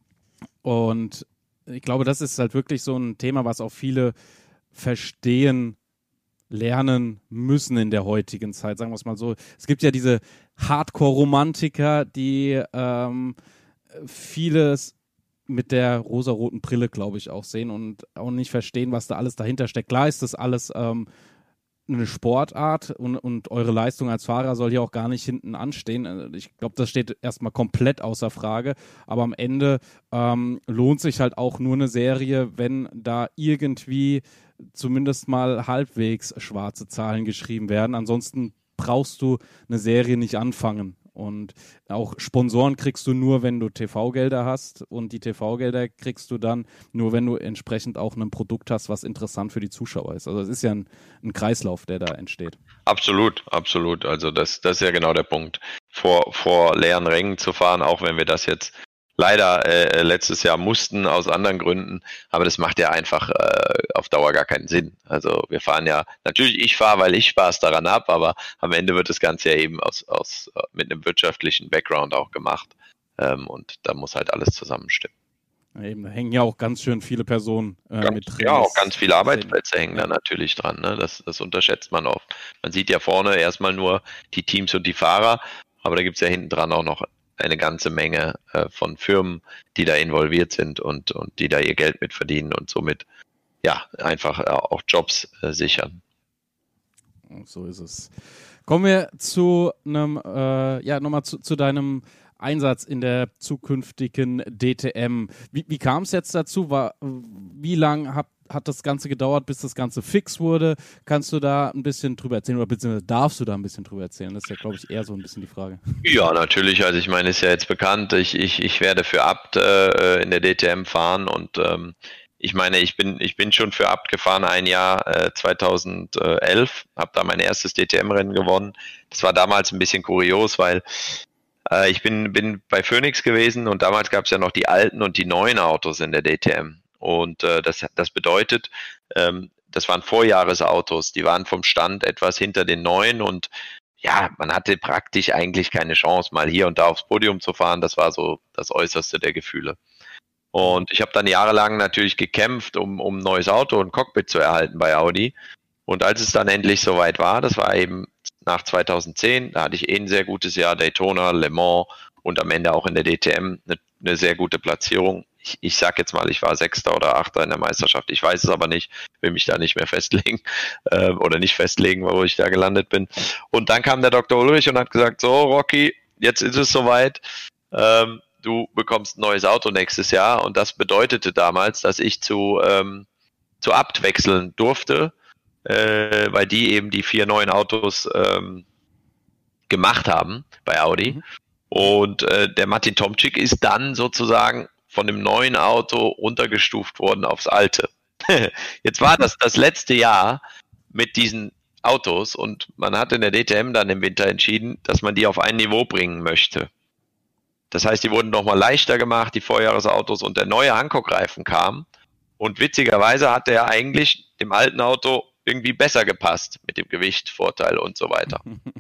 und ich glaube, das ist halt wirklich so ein Thema, was auch viele verstehen, lernen müssen in der heutigen Zeit, sagen wir es mal so. Es gibt ja diese Hardcore-Romantiker, die ähm, vieles mit der rosaroten Brille, glaube ich, auch sehen und auch nicht verstehen, was da alles dahinter steckt. Klar ist das alles ähm, eine Sportart, und, und eure Leistung als Fahrer soll hier auch gar nicht hinten anstehen. Ich glaube, das steht erstmal komplett außer Frage, aber am Ende ähm, lohnt sich halt auch nur eine Serie, wenn da irgendwie zumindest mal halbwegs schwarze Zahlen geschrieben werden. Ansonsten brauchst du eine Serie nicht anfangen. Und auch Sponsoren kriegst du nur, wenn du T V-Gelder hast, und die T V-Gelder kriegst du dann nur, wenn du entsprechend auch ein Produkt hast, was interessant für die Zuschauer ist. Also es ist ja ein, ein Kreislauf, der da entsteht. Absolut, absolut. Also das, das ist ja genau der Punkt. Vor, vor leeren Rängen zu fahren, auch wenn wir das jetzt leider äh, letztes Jahr mussten aus anderen Gründen, aber das macht ja einfach äh, auf Dauer gar keinen Sinn. Also wir fahren ja, natürlich ich fahre, weil ich Spaß daran habe, aber am Ende wird das Ganze ja eben aus, aus mit einem wirtschaftlichen Background auch gemacht ähm, und da muss halt alles zusammenstimmen. Eben, da hängen ja auch ganz schön viele Personen äh, ganz, mit drin. Ja, auch ganz viele Arbeitsplätze hängen ja. da natürlich dran. Ne? Das, das unterschätzt man oft. Man sieht ja vorne erstmal nur die Teams und die Fahrer, aber da gibt es ja hinten dran auch noch eine ganze Menge äh, von Firmen, die da involviert sind und, und die da ihr Geld mit verdienen und somit ja einfach äh, auch Jobs äh, sichern. So ist es. Kommen wir zu einem, äh, ja, nochmal zu, zu deinem Einsatz in der zukünftigen D T M. Wie, wie kam es jetzt dazu? War, wie lange hat, hat das Ganze gedauert, bis das Ganze fix wurde? Kannst du da ein bisschen drüber erzählen oder beziehungsweise darfst du da ein bisschen drüber erzählen? Das ist ja, glaube ich, eher so ein bisschen die Frage. Ja, natürlich. Also ich meine, ist ja jetzt bekannt, ich, ich, ich werde für Abt äh, in der D T M fahren und ähm, ich meine, ich bin, ich bin schon für Abt gefahren ein Jahr äh, zweitausendelf, habe da mein erstes D T M-Rennen gewonnen. Das war damals ein bisschen kurios, weil äh, ich bin, bin bei Phoenix gewesen und damals gab es ja noch die alten und die neuen Autos in der D T M. Und äh, das, das bedeutet, ähm, das waren Vorjahresautos, die waren vom Stand etwas hinter den neuen und ja, man hatte praktisch eigentlich keine Chance, mal hier und da aufs Podium zu fahren. Das war so das Äußerste der Gefühle. Und ich habe dann jahrelang natürlich gekämpft, um, um ein neues Auto und Cockpit zu erhalten bei Audi. Und als es dann endlich soweit war, das war eben nach zweitausendzehn, da hatte ich eh ein sehr gutes Jahr, Daytona, Le Mans und am Ende auch in der D T M eine, eine sehr gute Platzierung. Ich, ich sag jetzt mal, ich war Sechster oder Achter in der Meisterschaft. Ich weiß es aber nicht, will mich da nicht mehr festlegen äh, oder nicht festlegen, wo ich da gelandet bin. Und dann kam der Doktor Ulrich und hat gesagt, so Rocky, jetzt ist es soweit. Ähm, du bekommst ein neues Auto nächstes Jahr und das bedeutete damals, dass ich zu, ähm, zu Abt wechseln durfte, äh, weil die eben die vier neuen Autos ähm, gemacht haben bei Audi. Mhm. Und äh, der Martin Tomczyk ist dann sozusagen von dem neuen Auto runtergestuft worden aufs alte. Jetzt war das das letzte Jahr mit diesen Autos und man hat in der D T M dann im Winter entschieden, dass man die auf ein Niveau bringen möchte. Das heißt, die wurden nochmal leichter gemacht, die Vorjahresautos, und der neue Hankook-Reifen kam. Und witzigerweise hat der eigentlich dem alten Auto irgendwie besser gepasst mit dem Gewicht, Vorteil und so weiter.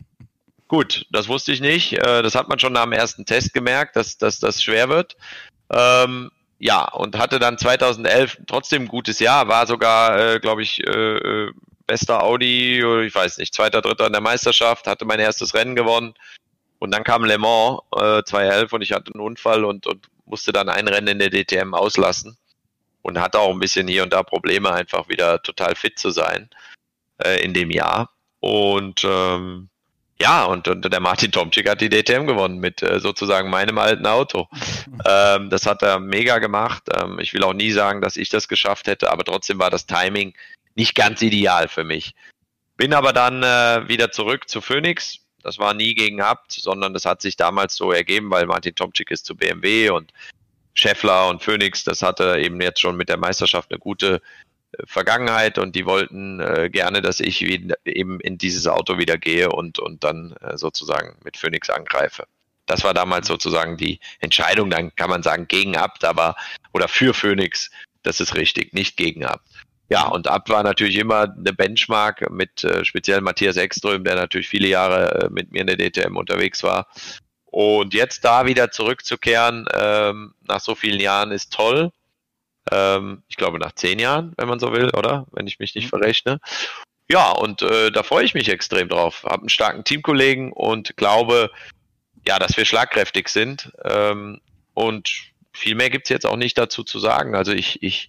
Gut, das wusste ich nicht. Das hat man schon nach dem ersten Test gemerkt, dass, dass das schwer wird. Ähm, ja, und hatte dann zweitausendelf trotzdem ein gutes Jahr, war sogar, äh, glaube ich, äh, bester Audi, oder ich weiß nicht, zweiter, dritter in der Meisterschaft, hatte mein erstes Rennen gewonnen. Und dann kam Le Mans äh, zweitausendelf und ich hatte einen Unfall und, und musste dann ein Rennen in der D T M auslassen und hatte auch ein bisschen hier und da Probleme, einfach wieder total fit zu sein äh, in dem Jahr. Und ähm, ja, und, und der Martin Tomczyk hat die D T M gewonnen mit äh, sozusagen meinem alten Auto. Ähm, das hat er mega gemacht. Ähm, ich will auch nie sagen, dass ich das geschafft hätte, aber trotzdem war das Timing nicht ganz ideal für mich. Bin aber dann äh, wieder zurück zu Phoenix. Das war nie gegen Abt, sondern das hat sich damals so ergeben, weil Martin Tomczyk ist zu B M W und Scheffler und Phoenix, das hatte eben jetzt schon mit der Meisterschaft eine gute äh, Vergangenheit und die wollten äh, gerne, dass ich wieder, eben in dieses Auto wieder gehe und, und dann äh, sozusagen mit Phoenix angreife. Das war damals sozusagen die Entscheidung, dann kann man sagen gegen Abt, aber oder für Phoenix, das ist richtig, nicht gegen Abt. Ja, und Abt war natürlich immer eine Benchmark mit äh, speziell Matthias Ekström, der natürlich viele Jahre äh, mit mir in der D T M unterwegs war. Und jetzt da wieder zurückzukehren ähm, nach so vielen Jahren ist toll. Ähm, ich glaube nach zehn Jahren, wenn man so will, oder? Wenn ich mich nicht verrechne. Ja, und äh, da freue ich mich extrem drauf. Habe einen starken Teamkollegen und glaube, ja, dass wir schlagkräftig sind. Ähm, und viel mehr gibt's jetzt auch nicht dazu zu sagen. Also ich, ich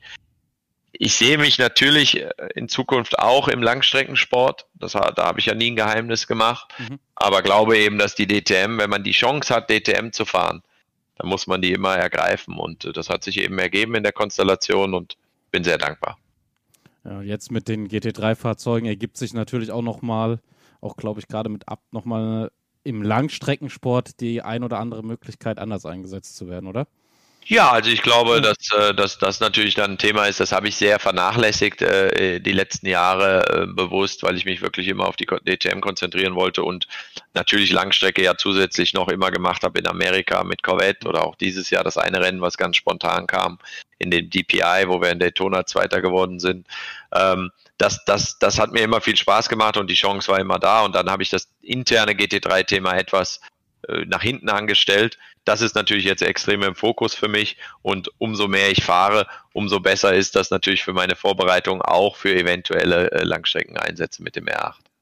Ich sehe mich natürlich in Zukunft auch im Langstreckensport. Das, da habe ich ja nie ein Geheimnis gemacht. Mhm. Aber glaube eben, dass die D T M, wenn man die Chance hat, D T M zu fahren, dann muss man die immer ergreifen. Und das hat sich eben ergeben in der Konstellation und bin sehr dankbar. Ja, jetzt mit den G T drei Fahrzeugen ergibt sich natürlich auch nochmal, auch glaube ich gerade mit Abt nochmal im Langstreckensport die ein oder andere Möglichkeit, anders eingesetzt zu werden, oder? Ja, also ich glaube, dass, äh, dass das natürlich dann ein Thema ist, das habe ich sehr vernachlässigt äh, die letzten Jahre äh, bewusst, weil ich mich wirklich immer auf die D T M konzentrieren wollte und natürlich Langstrecke ja zusätzlich noch immer gemacht habe in Amerika mit Corvette oder auch dieses Jahr das eine Rennen, was ganz spontan kam in den D P I, wo wir in Daytona Zweiter geworden sind. Ähm, das, das, das hat mir immer viel Spaß gemacht und die Chance war immer da und dann habe ich das interne G T drei Thema etwas nach hinten angestellt. Das ist natürlich jetzt extrem im Fokus für mich und umso mehr ich fahre, umso besser ist das natürlich für meine Vorbereitung auch für eventuelle äh, Langstreckeneinsätze mit dem R acht.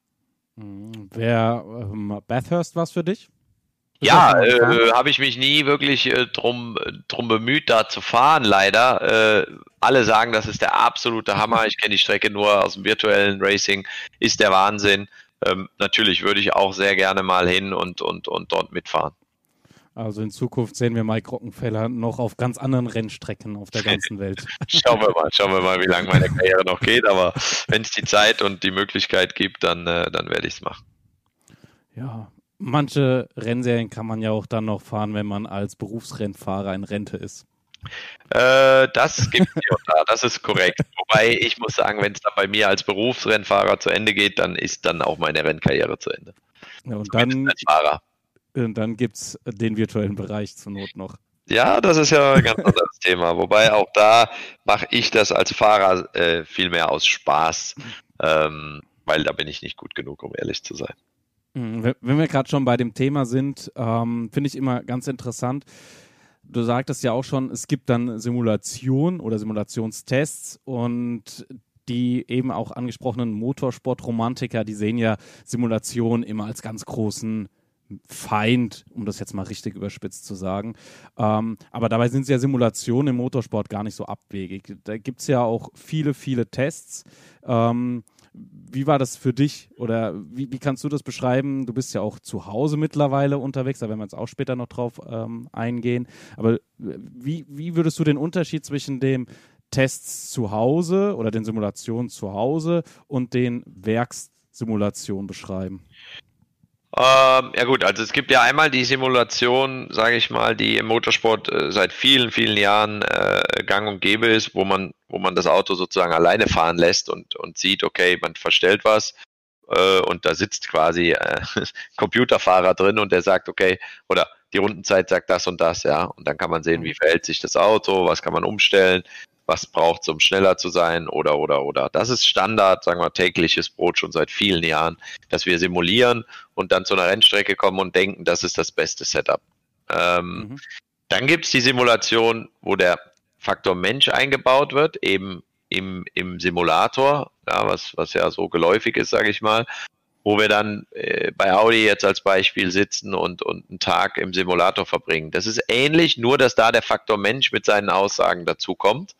Wäre ähm, Bathurst was für dich? Ist Ja, äh, habe ich mich nie wirklich äh, drum, drum bemüht, da zu fahren, leider. Äh, alle sagen, das ist der absolute Hammer. Ich kenne die Strecke nur aus dem virtuellen Racing. Ist der Wahnsinn. Ähm, natürlich würde ich auch sehr gerne mal hin und, und, und dort mitfahren. Also in Zukunft sehen wir Mike Rockenfeller noch auf ganz anderen Rennstrecken auf der ganzen Welt. Schauen wir mal, schauen wir mal, wie lange meine Karriere noch geht. Aber wenn es die Zeit und die Möglichkeit gibt, dann, äh, dann werde ich es machen. Ja, manche Rennserien kann man ja auch dann noch fahren, wenn man als Berufsrennfahrer in Rente ist. Äh, das gibt es hier und da, das ist korrekt. Wobei ich muss sagen, wenn es dann bei mir als Berufsrennfahrer zu Ende geht, dann ist dann auch meine Rennkarriere zu Ende. Ja, und dann, als Fahrer. Und dann gibt es den virtuellen Bereich zur Not noch. Ja, das ist ja ein ganz anderes Thema. Wobei auch da mache ich das als Fahrer äh, viel mehr aus Spaß, ähm, weil da bin ich nicht gut genug, um ehrlich zu sein. Wenn wir gerade schon bei dem Thema sind, ähm, finde ich immer ganz interessant. Du sagtest ja auch schon, es gibt dann Simulationen oder Simulationstests und die eben auch angesprochenen Motorsportromantiker, die sehen ja Simulationen immer als ganz großen Feind, um das jetzt mal richtig überspitzt zu sagen. Ähm, aber dabei sind ja Simulationen im Motorsport gar nicht so abwegig. Da gibt es ja auch viele, viele Tests. Ähm, Wie war das für dich oder wie, wie kannst du das beschreiben? Du bist ja auch zu Hause mittlerweile unterwegs, da werden wir jetzt auch später noch drauf ähm, eingehen. Aber wie, wie würdest du den Unterschied zwischen dem Tests zu Hause oder den Simulationen zu Hause und den Werkssimulationen beschreiben? Ähm, ja gut, also es gibt ja einmal die Simulation, sage ich mal, die im Motorsport äh, seit vielen, vielen Jahren äh, gang und gäbe ist, wo man, wo man das Auto sozusagen alleine fahren lässt und, und sieht, okay, man verstellt was äh, und da sitzt quasi äh, Computerfahrer drin und der sagt, okay, oder die Rundenzeit sagt das und das, ja, und dann kann man sehen, wie verhält sich das Auto, was kann man umstellen, was braucht es, um schneller zu sein oder, oder, oder. Das ist Standard, sagen wir, tägliches Brot schon seit vielen Jahren, dass wir simulieren und dann zu einer Rennstrecke kommen und denken, das ist das beste Setup. Ähm, mhm. Dann gibt es die Simulation, wo der Faktor Mensch eingebaut wird, eben im, im Simulator, ja, was, was ja so geläufig ist, sage ich mal, wo wir dann äh, bei Audi jetzt als Beispiel sitzen und, und einen Tag im Simulator verbringen. Das ist ähnlich, nur dass da der Faktor Mensch mit seinen Aussagen dazu kommt.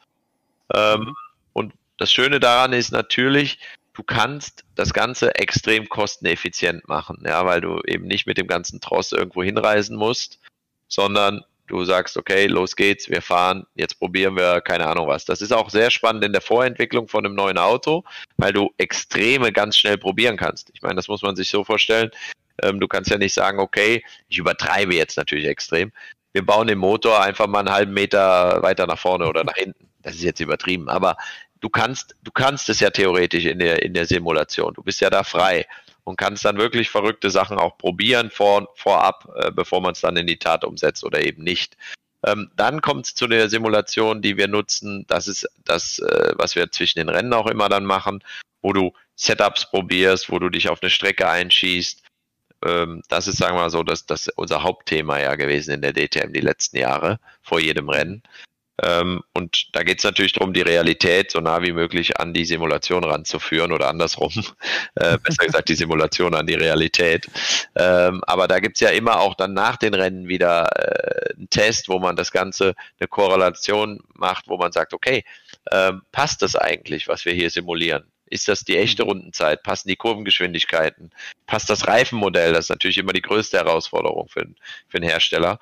Ähm, und das Schöne daran ist natürlich, du kannst das Ganze extrem kosteneffizient machen, ja, weil du eben nicht mit dem ganzen Tross irgendwo hinreisen musst, sondern du sagst, okay, los geht's, wir fahren, jetzt probieren wir keine Ahnung was. Das ist auch sehr spannend in der Vorentwicklung von einem neuen Auto, weil du Extreme ganz schnell probieren kannst. Ich meine, das muss man sich so vorstellen. Ähm, du kannst ja nicht sagen, okay, ich übertreibe jetzt natürlich extrem. Wir bauen den Motor einfach mal einen halben Meter weiter nach vorne oder nach hinten. Das ist jetzt übertrieben, aber du kannst, du kannst es ja theoretisch in der, in der Simulation. Du bist ja da frei und kannst dann wirklich verrückte Sachen auch probieren vor, vorab, äh, bevor man es dann in die Tat umsetzt oder eben nicht. Ähm, dann kommt es zu der Simulation, die wir nutzen. Das ist das, äh, was wir zwischen den Rennen auch immer dann machen, wo du Setups probierst, wo du dich auf eine Strecke einschießt. Ähm, das ist, sagen wir mal so, das, das unser Hauptthema ja gewesen in der D T M die letzten Jahre, vor jedem Rennen. Ähm, und da geht es natürlich darum, die Realität so nah wie möglich an die Simulation ranzuführen oder andersrum, äh, besser gesagt die Simulation an die Realität. Ähm, aber da gibt es ja immer auch dann nach den Rennen wieder äh, einen Test, wo man das Ganze, eine Korrelation macht, wo man sagt, okay, ähm, passt das eigentlich, was wir hier simulieren? Ist das die echte Rundenzeit? Passen die Kurvengeschwindigkeiten? Passt das Reifenmodell? Das ist natürlich immer die größte Herausforderung für, für einen Hersteller,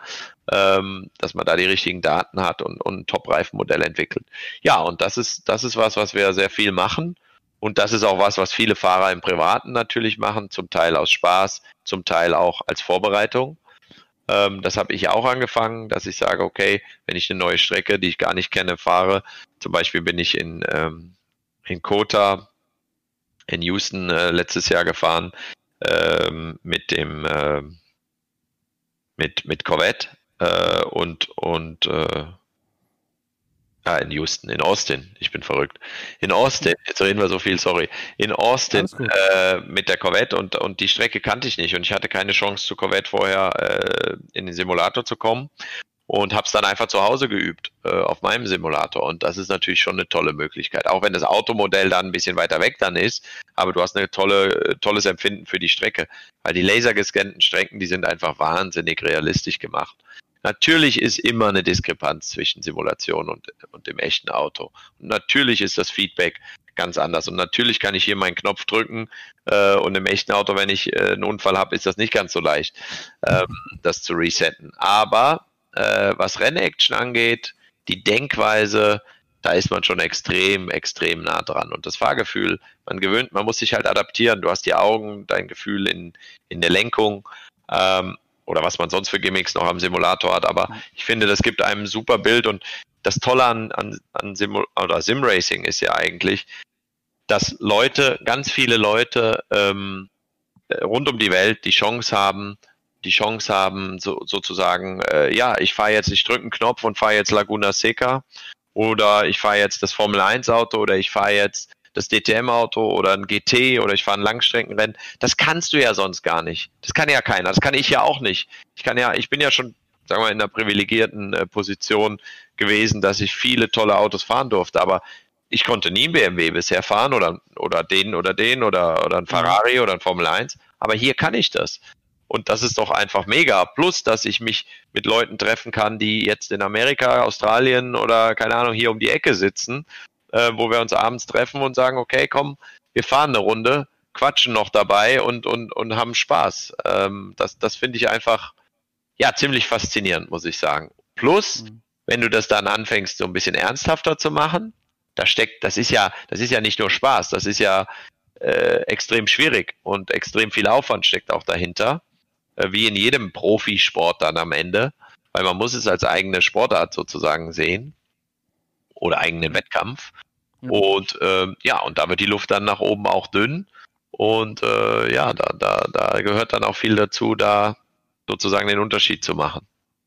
ähm, dass man da die richtigen Daten hat und, und ein Top-Reifenmodell entwickelt. Ja, und das ist, das ist was, was wir sehr viel machen. Und das ist auch was, was viele Fahrer im Privaten natürlich machen, zum Teil aus Spaß, zum Teil auch als Vorbereitung. Ähm, das habe ich auch angefangen, dass ich sage, okay, wenn ich eine neue Strecke, die ich gar nicht kenne, fahre, zum Beispiel bin ich in, ähm, in Kota, in Houston äh, letztes Jahr gefahren, ähm, mit dem äh, mit, mit Corvette äh, und, und äh, ah, in Houston, in Austin, ich bin verrückt. In Austin, jetzt reden wir so viel, sorry. In Austin äh, mit der Corvette und, und die Strecke kannte ich nicht und ich hatte keine Chance zu Corvette vorher äh, in den Simulator zu kommen und habe es dann einfach zu Hause geübt äh, auf meinem Simulator und das ist natürlich schon eine tolle Möglichkeit, auch wenn das Automodell dann ein bisschen weiter weg dann ist, aber du hast eine tolle, tolles Empfinden für die Strecke, weil die lasergescannten Strecken, die sind einfach wahnsinnig realistisch gemacht. Natürlich ist immer eine Diskrepanz zwischen Simulation und, und dem echten Auto. Und natürlich ist das Feedback ganz anders. Und natürlich kann ich hier meinen Knopf drücken äh, und im echten Auto, wenn ich äh, einen Unfall habe, ist das nicht ganz so leicht, ähm, das zu resetten. Aber äh, was Rennaction angeht, die Denkweise, da ist man schon extrem, extrem nah dran. Und das Fahrgefühl, man gewöhnt, man muss sich halt adaptieren. Du hast die Augen, dein Gefühl in, in der Lenkung, ähm, oder was man sonst für Gimmicks noch am Simulator hat, aber ich finde, das gibt einem ein super Bild und das Tolle an, an, an Sim oder Simracing ist ja eigentlich, dass Leute, ganz viele Leute ähm, rund um die Welt die Chance haben, die Chance haben, so, sozusagen, äh, ja, ich fahre jetzt, ich drücke einen Knopf und fahre jetzt Laguna Seca oder ich fahre jetzt das Formel eins Auto oder ich fahre jetzt das D T M-Auto oder ein G T oder ich fahre ein Langstreckenrennen, das kannst du ja sonst gar nicht. Das kann ja keiner, das kann ich ja auch nicht. Ich kann ja, ich bin ja schon, sagen wir, in einer privilegierten äh, Position gewesen, dass ich viele tolle Autos fahren durfte, aber ich konnte nie ein B M W bisher fahren oder, oder den oder den oder, oder ein Ferrari oder ein Formel eins, aber hier kann ich das. Und das ist doch einfach mega. Plus, dass ich mich mit Leuten treffen kann, die jetzt in Amerika, Australien oder keine Ahnung, hier um die Ecke sitzen, Äh, wo wir uns abends treffen und sagen, okay, komm, wir fahren eine Runde, quatschen noch dabei und, und, und haben Spaß. Ähm, das das finde ich einfach, ja, ziemlich faszinierend, muss ich sagen. Plus, mhm. wenn du das dann anfängst, so ein bisschen ernsthafter zu machen, da steckt, das ist ja, das ist ja nicht nur Spaß, das ist ja äh, extrem schwierig und extrem viel Aufwand steckt auch dahinter, äh, wie in jedem Profisport dann am Ende, weil man muss es als eigene Sportart sozusagen sehen. Oder eigenen Wettkampf. Ja. Und ähm, ja, und da wird die Luft dann nach oben auch dünn. Und äh, ja, da, da, da gehört dann auch viel dazu, da sozusagen den Unterschied zu machen.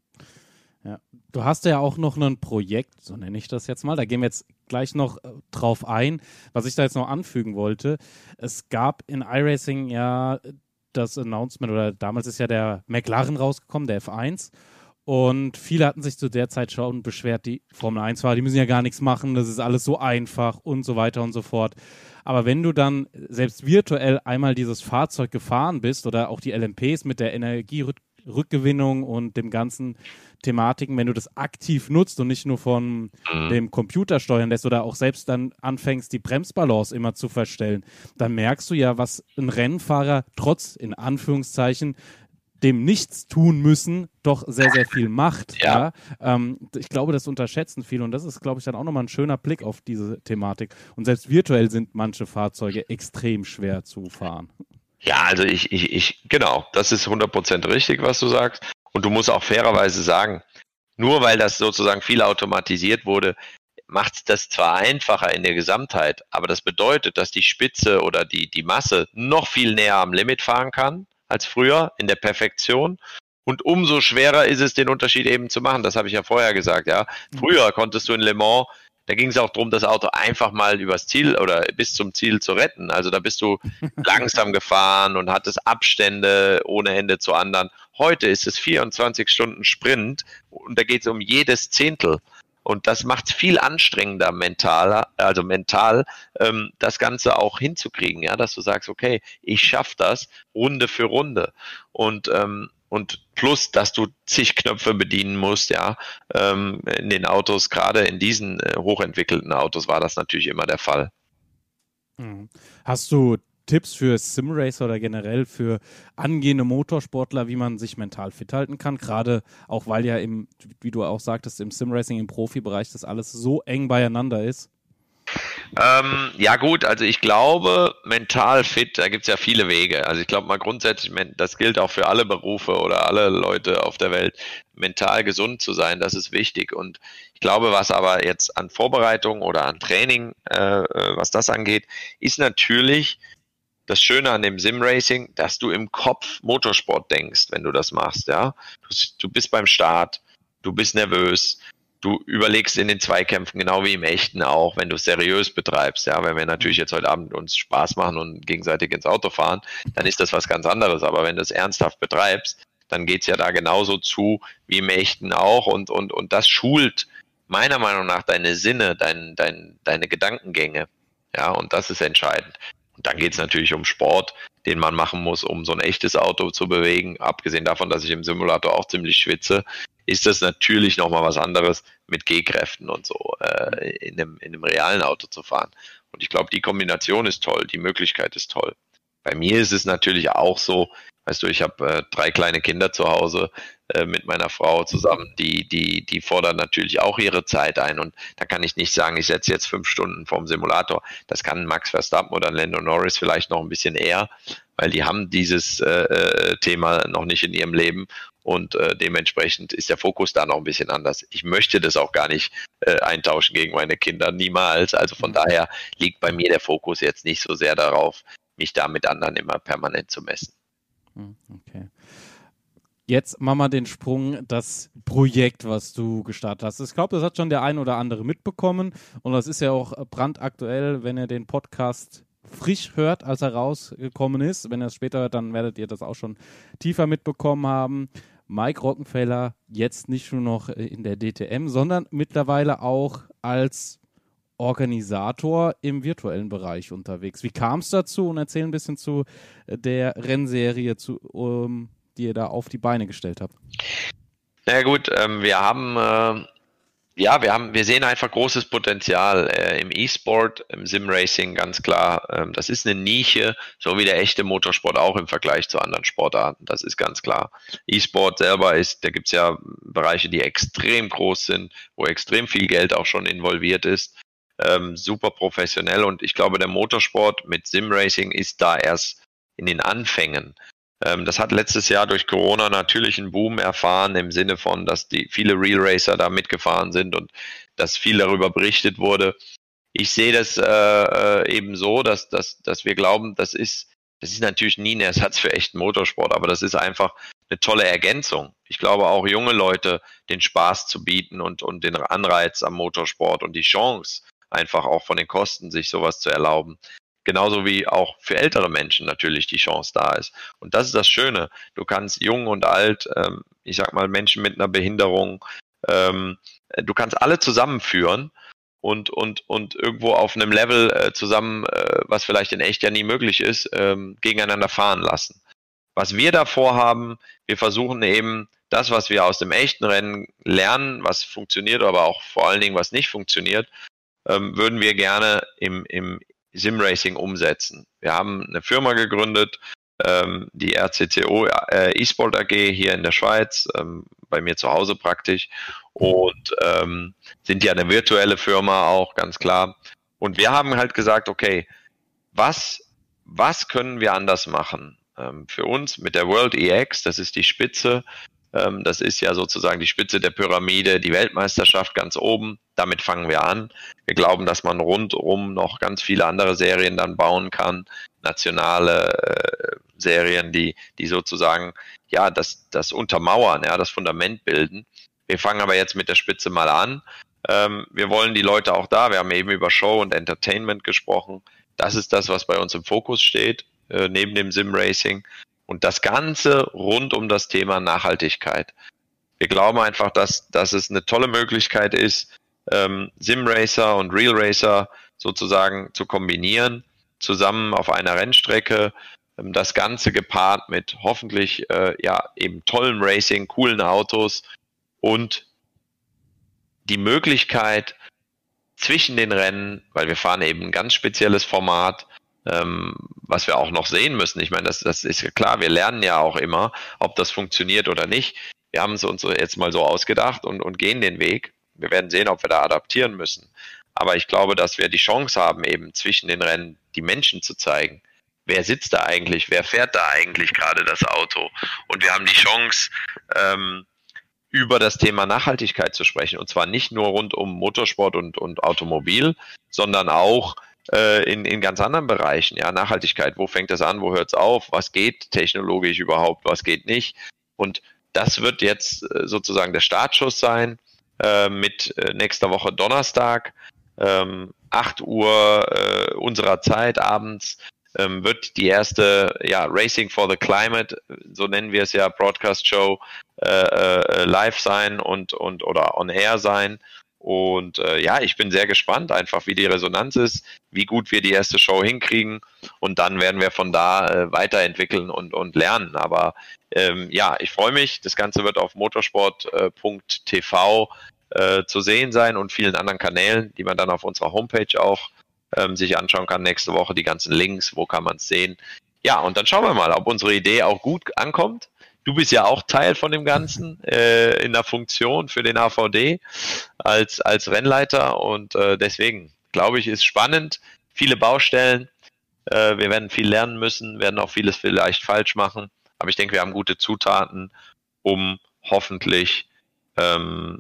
Ja. Du hast ja auch noch ein Projekt, so nenne ich das jetzt mal, da gehen wir jetzt gleich noch äh, drauf ein, was ich da jetzt noch anfügen wollte. Es gab in iRacing ja das Announcement, oder damals ist ja der McLaren rausgekommen, der F eins. Und viele hatten sich zu der Zeit schon beschwert, die Formel eins Fahrer, die müssen ja gar nichts machen, das ist alles so einfach und so weiter und so fort. Aber wenn du dann selbst virtuell einmal dieses Fahrzeug gefahren bist oder auch die L M Ps mit der Energierückgewinnung und dem ganzen Thematiken, wenn du das aktiv nutzt und nicht nur von mhm. dem Computer steuern lässt oder auch selbst dann anfängst, die Bremsbalance immer zu verstellen, dann merkst du ja, was ein Rennfahrer trotz, in Anführungszeichen, dem nichts tun müssen, doch sehr, sehr viel macht. Ja. Ja? Ähm, ich glaube, das unterschätzen viele und das ist, glaube ich, dann auch nochmal ein schöner Blick auf diese Thematik. Und selbst virtuell sind manche Fahrzeuge extrem schwer zu fahren. Ja, also ich, ich, ich, genau, das ist hundert Prozent richtig, was du sagst. Und du musst auch fairerweise sagen, nur weil das sozusagen viel automatisiert wurde, macht es das zwar einfacher in der Gesamtheit, aber das bedeutet, dass die Spitze oder die, die Masse noch viel näher am Limit fahren kann als früher in der Perfektion. Und umso schwerer ist es, den Unterschied eben zu machen. Das habe ich ja vorher gesagt, ja. Früher konntest du in Le Mans, da ging es auch darum, das Auto einfach mal übers Ziel oder bis zum Ziel zu retten. Also da bist du langsam gefahren und hattest Abstände ohne Ende zu anderen. Heute ist es vierundzwanzig Stunden Sprint und da geht es um jedes Zehntel. Und das macht es viel anstrengender mental, also mental, ähm, das Ganze auch hinzukriegen, ja, dass du sagst, okay, ich schaffe das Runde für Runde. Und ähm, und plus, dass du zig Knöpfe bedienen musst, ja, ähm, in den Autos, gerade in diesen äh, hochentwickelten Autos war das natürlich immer der Fall. Hast du Tipps für Simracer oder generell für angehende Motorsportler, wie man sich mental fit halten kann? Gerade auch, weil ja im, wie du auch sagtest, im Simracing, im Profibereich das alles so eng beieinander ist. Ähm, ja gut, also ich glaube, mental fit, da gibt es ja viele Wege. Also ich glaube mal grundsätzlich, das gilt auch für alle Berufe oder alle Leute auf der Welt, mental gesund zu sein, das ist wichtig. Und ich glaube, was aber jetzt an Vorbereitung oder an Training, äh, was das angeht, ist natürlich das Schöne an dem Sim-Racing, dass du im Kopf Motorsport denkst, wenn du das machst. Ja, du, du bist beim Start, du bist nervös. Du überlegst in den Zweikämpfen, genau wie im Echten auch, wenn du es seriös betreibst. Ja, wenn wir natürlich jetzt heute Abend uns Spaß machen und gegenseitig ins Auto fahren, dann ist das was ganz anderes. Aber wenn du es ernsthaft betreibst, dann geht's ja da genauso zu wie im Echten auch. Und, und, und das schult meiner Meinung nach deine Sinne, dein, dein, deine Gedankengänge. Ja, und das ist entscheidend. Und dann geht's natürlich um Sport, den man machen muss, um so ein echtes Auto zu bewegen. Abgesehen davon, dass ich im Simulator auch ziemlich schwitze, ist das natürlich nochmal was anderes, mit G-Kräften und so äh, in, einem, in einem realen Auto zu fahren. Und ich glaube, die Kombination ist toll, die Möglichkeit ist toll. Bei mir ist es natürlich auch so, weißt du, ich habe äh, drei kleine Kinder zu Hause äh, mit meiner Frau zusammen, die, die, die fordern natürlich auch ihre Zeit ein. Und da kann ich nicht sagen, ich setze jetzt fünf Stunden vorm Simulator. Das kann Max Verstappen oder Lando Norris vielleicht noch ein bisschen eher, weil die haben dieses äh, Thema noch nicht in ihrem Leben. Und äh, dementsprechend ist der Fokus da noch ein bisschen anders. Ich möchte das auch gar nicht äh, eintauschen gegen meine Kinder, niemals. Also von daher liegt bei mir der Fokus jetzt nicht so sehr darauf, mich da mit anderen immer permanent zu messen. Okay. Jetzt machen wir den Sprung, das Projekt, was du gestartet hast. Ich glaube, das hat schon der ein oder andere mitbekommen und das ist ja auch brandaktuell, wenn ihr den Podcast frisch hört, als er rausgekommen ist. Wenn ihr es später hört, dann werdet ihr das auch schon tiefer mitbekommen haben. Mike Rockenfeller jetzt nicht nur noch in der D T M, sondern mittlerweile auch als Organisator im virtuellen Bereich unterwegs. Wie kam es dazu? Und erzähl ein bisschen zu der Rennserie, zu, um, die ihr da auf die Beine gestellt habt. Na ja, gut, ähm, wir haben äh, ja, wir haben, wir sehen einfach großes Potenzial äh, im E-Sport, im Sim-Racing, ganz klar. Ähm, das ist eine Nische, so wie der echte Motorsport auch im Vergleich zu anderen Sportarten. Das ist ganz klar. E-Sport selber ist, da gibt's ja Bereiche, die extrem groß sind, wo extrem viel Geld auch schon involviert ist. Ähm, super professionell und ich glaube, der Motorsport mit Sim-Racing ist da erst in den Anfängen. Ähm, das hat letztes Jahr durch Corona natürlich einen Boom erfahren im Sinne von, dass die viele Real Racer da mitgefahren sind und dass viel darüber berichtet wurde. Ich sehe das äh, eben so, dass, dass, dass wir glauben, das ist, das ist natürlich nie ein Ersatz für echten Motorsport, aber das ist einfach eine tolle Ergänzung. Ich glaube auch junge Leute den Spaß zu bieten und, und den Anreiz am Motorsport und die Chance, einfach auch von den Kosten, sich sowas zu erlauben. Genauso wie auch für ältere Menschen natürlich die Chance da ist. Und das ist das Schöne. Du kannst jung und alt, ähm, ich sag mal Menschen mit einer Behinderung, ähm, du kannst alle zusammenführen und, und, und irgendwo auf einem Level äh, zusammen, äh, was vielleicht in echt ja nie möglich ist, ähm, gegeneinander fahren lassen. Was wir da vorhaben, wir versuchen eben das, was wir aus dem echten Rennen lernen, was funktioniert, aber auch vor allen Dingen, was nicht funktioniert, ähm, würden wir gerne im, im Sim-Racing umsetzen. Wir haben eine Firma gegründet, ähm, die R C C O äh, eSport A G hier in der Schweiz, ähm, bei mir zu Hause praktisch und ähm, sind ja eine virtuelle Firma auch, ganz klar. Und wir haben halt gesagt, okay, was, was können wir anders machen? Ähm, für uns mit der World E X, das ist die Spitze, ähm, das ist ja sozusagen die Spitze der Pyramide, die Weltmeisterschaft ganz oben. Damit fangen wir an. Wir glauben, dass man rundum noch ganz viele andere Serien dann bauen kann, nationale äh, Serien, die, die sozusagen ja das, das untermauern, ja, das Fundament bilden. Wir fangen aber jetzt mit der Spitze mal an. Ähm, wir wollen die Leute auch da, wir haben eben über Show und Entertainment gesprochen. Das ist das, was bei uns im Fokus steht, äh, neben dem Sim-Racing. Und das Ganze rund um das Thema Nachhaltigkeit. Wir glauben einfach, dass, dass es eine tolle Möglichkeit ist, ähm, Sim-Racer und Real Racer sozusagen zu kombinieren, zusammen auf einer Rennstrecke. Ähm, das Ganze gepaart mit hoffentlich äh, ja eben tollem Racing, coolen Autos und die Möglichkeit zwischen den Rennen, weil wir fahren eben ein ganz spezielles Format, ähm, was wir auch noch sehen müssen. Ich meine, das, das ist ja klar, wir lernen ja auch immer, ob das funktioniert oder nicht. Wir haben es uns jetzt mal so ausgedacht und, und gehen den Weg. Wir werden sehen, ob wir da adaptieren müssen. Aber ich glaube, dass wir die Chance haben, eben zwischen den Rennen die Menschen zu zeigen. Wer sitzt da eigentlich? Wer fährt da eigentlich gerade das Auto? Und wir haben die Chance, ähm, über das Thema Nachhaltigkeit zu sprechen. Und zwar nicht nur rund um Motorsport und, und Automobil, sondern auch äh, in, in ganz anderen Bereichen. Ja, Nachhaltigkeit, wo fängt das an, wo hört es auf? Was geht technologisch überhaupt, was geht nicht? Und das wird jetzt äh, sozusagen der Startschuss sein äh, mit äh, nächster Woche Donnerstag, ähm, acht Uhr äh, unserer Zeit abends, ähm, wird die erste ja, Racing for the Climate, so nennen wir es ja, Broadcast-Show, äh, äh, live sein und, und oder on air sein. Und äh, ja, ich bin sehr gespannt einfach, wie die Resonanz ist, wie gut wir die erste Show hinkriegen und dann werden wir von da äh, weiterentwickeln und, und lernen. Aber ähm, ja, ich freue mich, das Ganze wird auf motorsport punkt t v äh, zu sehen sein und vielen anderen Kanälen, die man dann auf unserer Homepage auch ähm, sich anschauen kann nächste Woche, die ganzen Links, wo kann man es sehen. Ja, und dann schauen wir mal, ob unsere Idee auch gut ankommt. Du bist ja auch Teil von dem Ganzen äh, in der Funktion für den A V D als, als Rennleiter und äh, deswegen glaube ich, ist spannend, viele Baustellen, äh, wir werden viel lernen müssen, werden auch vieles vielleicht falsch machen, aber ich denke, wir haben gute Zutaten, um hoffentlich ähm,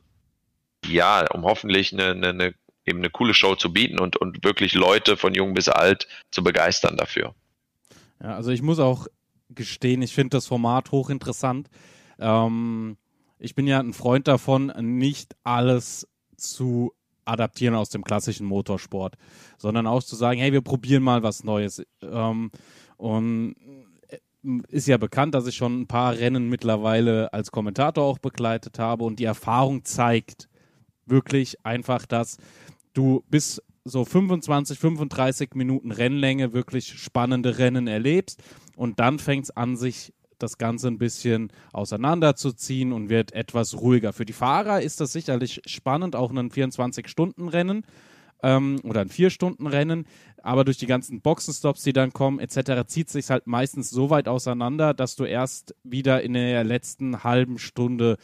ja, um hoffentlich eine, eine, eine, eben eine coole Show zu bieten und, und wirklich Leute von jung bis alt zu begeistern dafür. Ja, also ich muss auch gestehen, ich finde das Format hochinteressant. Ähm, ich bin ja ein Freund davon, nicht alles zu adaptieren aus dem klassischen Motorsport, sondern auch zu sagen, hey, wir probieren mal was Neues. Ähm, und ist ja bekannt, dass ich schon ein paar Rennen mittlerweile als Kommentator auch begleitet habe und die Erfahrung zeigt wirklich einfach, dass du bis so fünfundzwanzig, fünfunddreißig Minuten Rennlänge wirklich spannende Rennen erlebst und dann fängt es an, sich das Ganze ein bisschen auseinanderzuziehen und wird etwas ruhiger. Für die Fahrer ist das sicherlich spannend, auch ein vierundzwanzig-Stunden-Rennen ähm, oder ein vier-Stunden-Rennen, aber durch die ganzen Boxenstops, die dann kommen et cetera, zieht es sich halt meistens so weit auseinander, dass du erst wieder in der letzten halben Stunde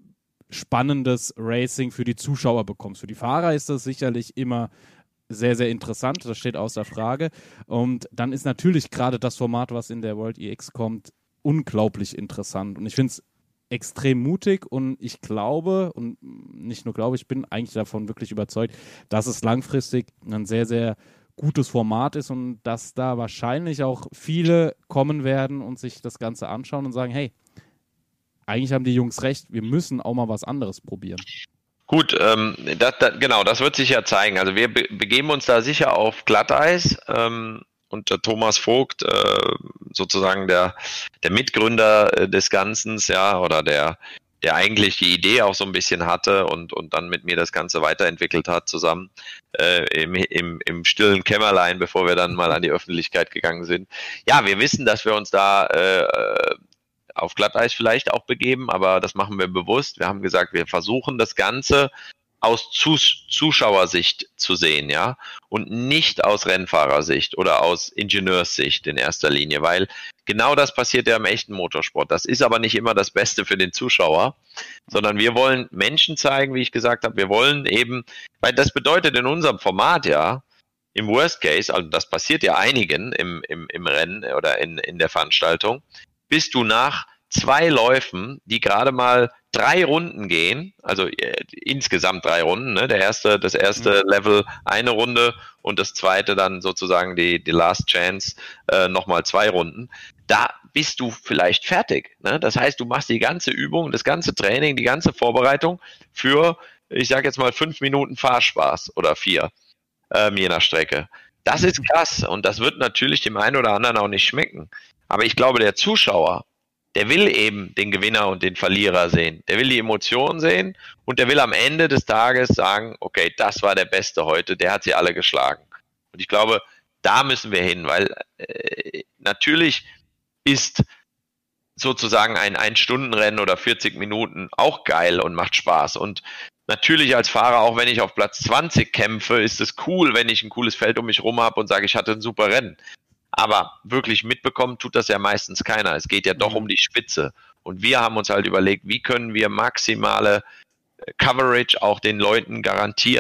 spannendes Racing für die Zuschauer bekommst. Für die Fahrer ist das sicherlich immer sehr, sehr interessant, das steht außer Frage. Und dann ist natürlich gerade das Format, was in der World E X kommt, unglaublich interessant. Und ich finde es extrem mutig und ich glaube, und nicht nur glaube, ich bin eigentlich davon wirklich überzeugt, dass es langfristig ein sehr, sehr gutes Format ist und dass da wahrscheinlich auch viele kommen werden und sich das Ganze anschauen und sagen, hey, eigentlich haben die Jungs recht, wir müssen auch mal was anderes probieren. Gut, ähm, das, das, genau, das wird sich ja zeigen. Also wir be- begeben uns da sicher auf Glatteis ähm, und der Thomas Vogt, äh, sozusagen der, der Mitgründer äh, des Ganzen, ja, oder der, der eigentlich die Idee auch so ein bisschen hatte und, und dann mit mir das Ganze weiterentwickelt hat zusammen äh, im, im, im stillen Kämmerlein, bevor wir dann mal an die Öffentlichkeit gegangen sind. Ja, wir wissen, dass wir uns da äh, auf Glatteis vielleicht auch begeben, aber das machen wir bewusst. Wir haben gesagt, wir versuchen das Ganze aus Zus- Zuschauersicht zu sehen, ja, und nicht aus Rennfahrersicht oder aus Ingenieurssicht in erster Linie, weil genau das passiert ja im echten Motorsport. Das ist aber nicht immer das Beste für den Zuschauer, sondern wir wollen Menschen zeigen, wie ich gesagt habe, wir wollen eben, weil das bedeutet in unserem Format ja, im Worst Case, also das passiert ja einigen im, im, im Rennen oder in, in der Veranstaltung, bist du nach zwei Läufen, die gerade mal drei Runden gehen, also äh, insgesamt drei Runden, ne? Der erste, das erste mhm. Level eine Runde und das zweite dann sozusagen die, die Last Chance äh, nochmal zwei Runden. Da bist du vielleicht fertig. Ne? Das heißt, du machst die ganze Übung, das ganze Training, die ganze Vorbereitung für, ich sage jetzt mal, fünf Minuten Fahrspaß oder vier, ähm, je nach Strecke. Das ist krass und das wird natürlich dem einen oder anderen auch nicht schmecken. Aber ich glaube, der Zuschauer, der will eben den Gewinner und den Verlierer sehen. Der will die Emotionen sehen und der will am Ende des Tages sagen, okay, das war der Beste heute, der hat sie alle geschlagen. Und ich glaube, da müssen wir hin, weil äh, natürlich ist sozusagen ein Ein-Stunden-Rennen oder vierzig Minuten auch geil und macht Spaß. Und natürlich als Fahrer, auch wenn ich auf Platz zwanzig kämpfe, ist es cool, wenn ich ein cooles Feld um mich rum habe und sage, ich hatte ein super Rennen. Aber wirklich mitbekommen tut das ja meistens keiner. Es geht ja doch um die Spitze. Und wir haben uns halt überlegt, wie können wir maximale Coverage auch den Leuten garantieren,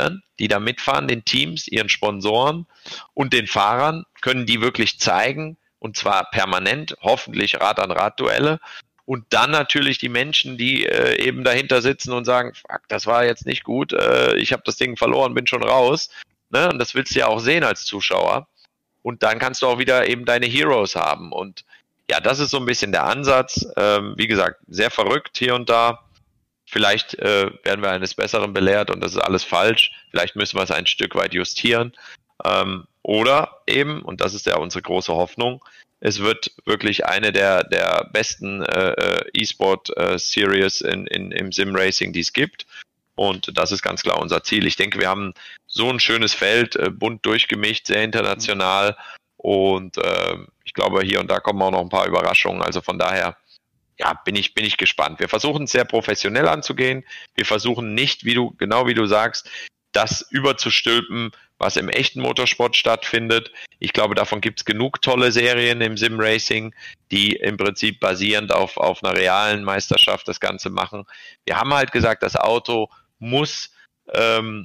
die da mitfahren, den Teams, ihren Sponsoren und den Fahrern, können die wirklich zeigen, und zwar permanent, hoffentlich Rad-an-Rad-Duelle. Und dann natürlich die Menschen, die äh, eben dahinter sitzen und sagen, fuck, das war jetzt nicht gut, äh, ich habe das Ding verloren, bin schon raus. Ne? Und das willst du ja auch sehen als Zuschauer. Und dann kannst du auch wieder eben deine Heroes haben. Und ja, das ist so ein bisschen der Ansatz. Ähm, wie gesagt, sehr verrückt hier und da. Vielleicht äh, werden wir eines Besseren belehrt und das ist alles falsch. Vielleicht müssen wir es ein Stück weit justieren. Ähm, oder eben, und das ist ja unsere große Hoffnung, es wird wirklich eine der, der besten äh, E-Sport-Series äh, in, in, im Sim-Racing, die es gibt. Und das ist ganz klar unser Ziel. Ich denke, wir haben so ein schönes Feld, äh, bunt durchgemischt, sehr international. Und äh, ich glaube, hier und da kommen auch noch ein paar Überraschungen. Also von daher, ja, bin ich, bin ich gespannt. Wir versuchen es sehr professionell anzugehen. Wir versuchen nicht, wie du, genau wie du sagst, das überzustülpen, was im echten Motorsport stattfindet. Ich glaube, davon gibt es genug tolle Serien im Sim-Racing, die im Prinzip basierend auf, auf einer realen Meisterschaft das Ganze machen. Wir haben halt gesagt, das Auto muss ähm,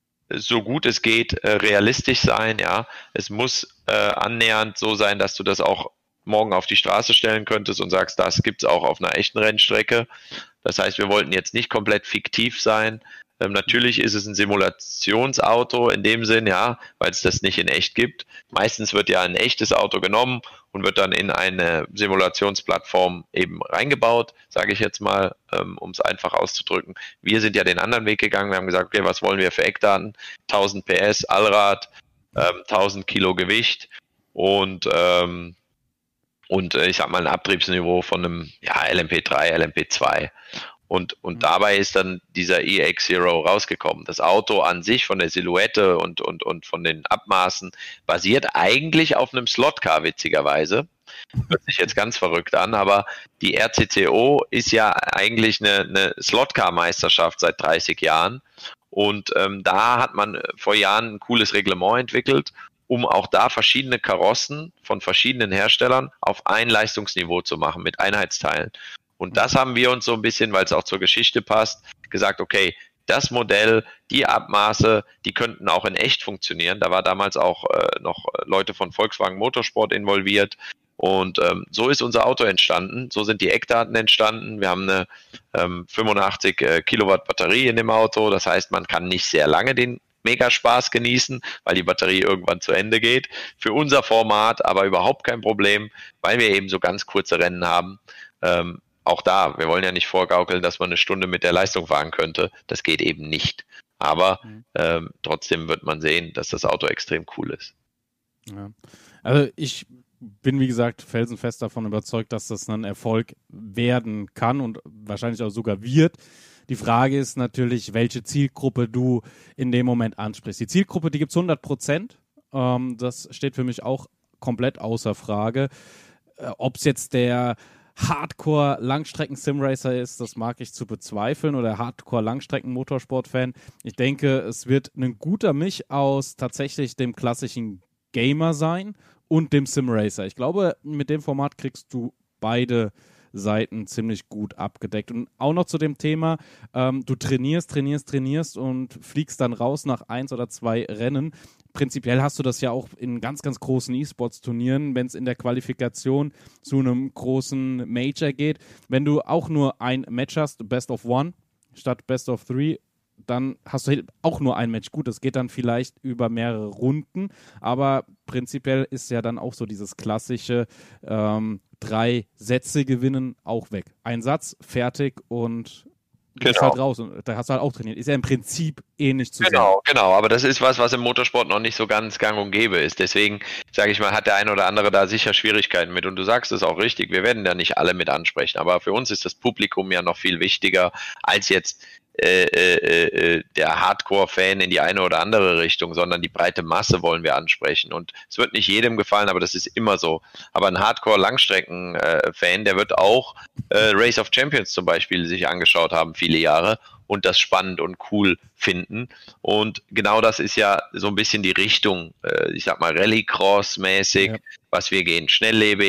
so gut es geht äh, realistisch sein. Ja, es muss äh, annähernd so sein, dass du das auch morgen auf die Straße stellen könntest und sagst, das gibt's auch auf einer echten Rennstrecke. Das heißt, wir wollten jetzt nicht komplett fiktiv sein. Ähm, natürlich ist es ein Simulationsauto in dem Sinn, ja, weil es das nicht in echt gibt. Meistens wird ja ein echtes Auto genommen und wird dann in eine Simulationsplattform eben reingebaut, sage ich jetzt mal, ähm, um es einfach auszudrücken. Wir sind ja den anderen Weg gegangen. Wir haben gesagt, okay, was wollen wir für Eckdaten? tausend P S, Allrad, ähm, tausend Kilo Gewicht und ähm, und äh, ich sag mal ein Abtriebsniveau von einem ja, L M P drei, L M P zwei. Und, und dabei ist dann dieser E X Zero rausgekommen. Das Auto an sich von der Silhouette und, und, und von den Abmaßen basiert eigentlich auf einem Slotcar, witzigerweise. Hört sich jetzt ganz verrückt an, aber die R C C O ist ja eigentlich eine, eine Slotcar-Meisterschaft seit dreißig Jahren. Und ähm, da hat man vor Jahren ein cooles Reglement entwickelt, um auch da verschiedene Karossen von verschiedenen Herstellern auf ein Leistungsniveau zu machen mit Einheitsteilen. Und das haben wir uns so ein bisschen, weil es auch zur Geschichte passt, gesagt, okay, das Modell, die Abmaße, die könnten auch in echt funktionieren. Da war damals auch äh, noch Leute von Volkswagen Motorsport involviert. Und ähm, so ist unser Auto entstanden. So sind die Eckdaten entstanden. Wir haben eine ähm, fünfundachtzig äh, Kilowatt Batterie in dem Auto. Das heißt, man kann nicht sehr lange den mega Spaß genießen, weil die Batterie irgendwann zu Ende geht. Für unser Format aber überhaupt kein Problem, weil wir eben so ganz kurze Rennen haben. Ähm, auch da, wir wollen ja nicht vorgaukeln, dass man eine Stunde mit der Leistung fahren könnte. Das geht eben nicht. Aber mhm. ähm, trotzdem wird man sehen, dass das Auto extrem cool ist. Ja. Also ich bin, wie gesagt, felsenfest davon überzeugt, dass das ein Erfolg werden kann und wahrscheinlich auch sogar wird. Die Frage ist natürlich, welche Zielgruppe du in dem Moment ansprichst. Die Zielgruppe, die gibt es hundert Prozent. Ähm, das steht für mich auch komplett außer Frage. Äh, Ob es jetzt der Hardcore-Langstrecken-Simracer ist, das mag ich zu bezweifeln, oder Hardcore-Langstrecken-Motorsport-Fan. Ich denke, es wird ein guter Misch aus tatsächlich dem klassischen Gamer sein und dem Simracer. Ich glaube, mit dem Format kriegst du beide Seiten ziemlich gut abgedeckt. Und auch noch zu dem Thema, ähm, du trainierst, trainierst, trainierst und fliegst dann raus nach eins oder zwei Rennen. Prinzipiell hast du das ja auch in ganz, ganz großen E-Sports-Turnieren, wenn es in der Qualifikation zu einem großen Major geht. Wenn du auch nur ein Match hast, Best of One statt Best of Three, dann hast du auch nur ein Match. Gut, das geht dann vielleicht über mehrere Runden, aber prinzipiell ist ja dann auch so dieses klassische ähm, drei Sätze gewinnen auch weg. Ein Satz, fertig und du bist Genau. halt raus. Und da hast du halt auch trainiert. Ist ja im Prinzip ähnlich zu Genau, sehen. genau. Aber das ist was, was im Motorsport noch nicht so ganz gang und gäbe ist. Deswegen, sage ich mal, hat der ein oder andere da sicher Schwierigkeiten mit. Und du sagst es auch richtig, wir werden da nicht alle mit ansprechen. Aber für uns ist das Publikum ja noch viel wichtiger als jetzt Äh, äh, der Hardcore-Fan in die eine oder andere Richtung, sondern die breite Masse wollen wir ansprechen. Und es wird nicht jedem gefallen, aber das ist immer so. Aber ein Hardcore-Langstrecken-Fan, der wird auch äh, Race of Champions zum Beispiel sich angeschaut haben, viele Jahre, und das spannend und cool finden. Und genau das ist ja so ein bisschen die Richtung, äh, ich sag mal Rallycross-mäßig, ja. Was wir gehen, schnelllebig,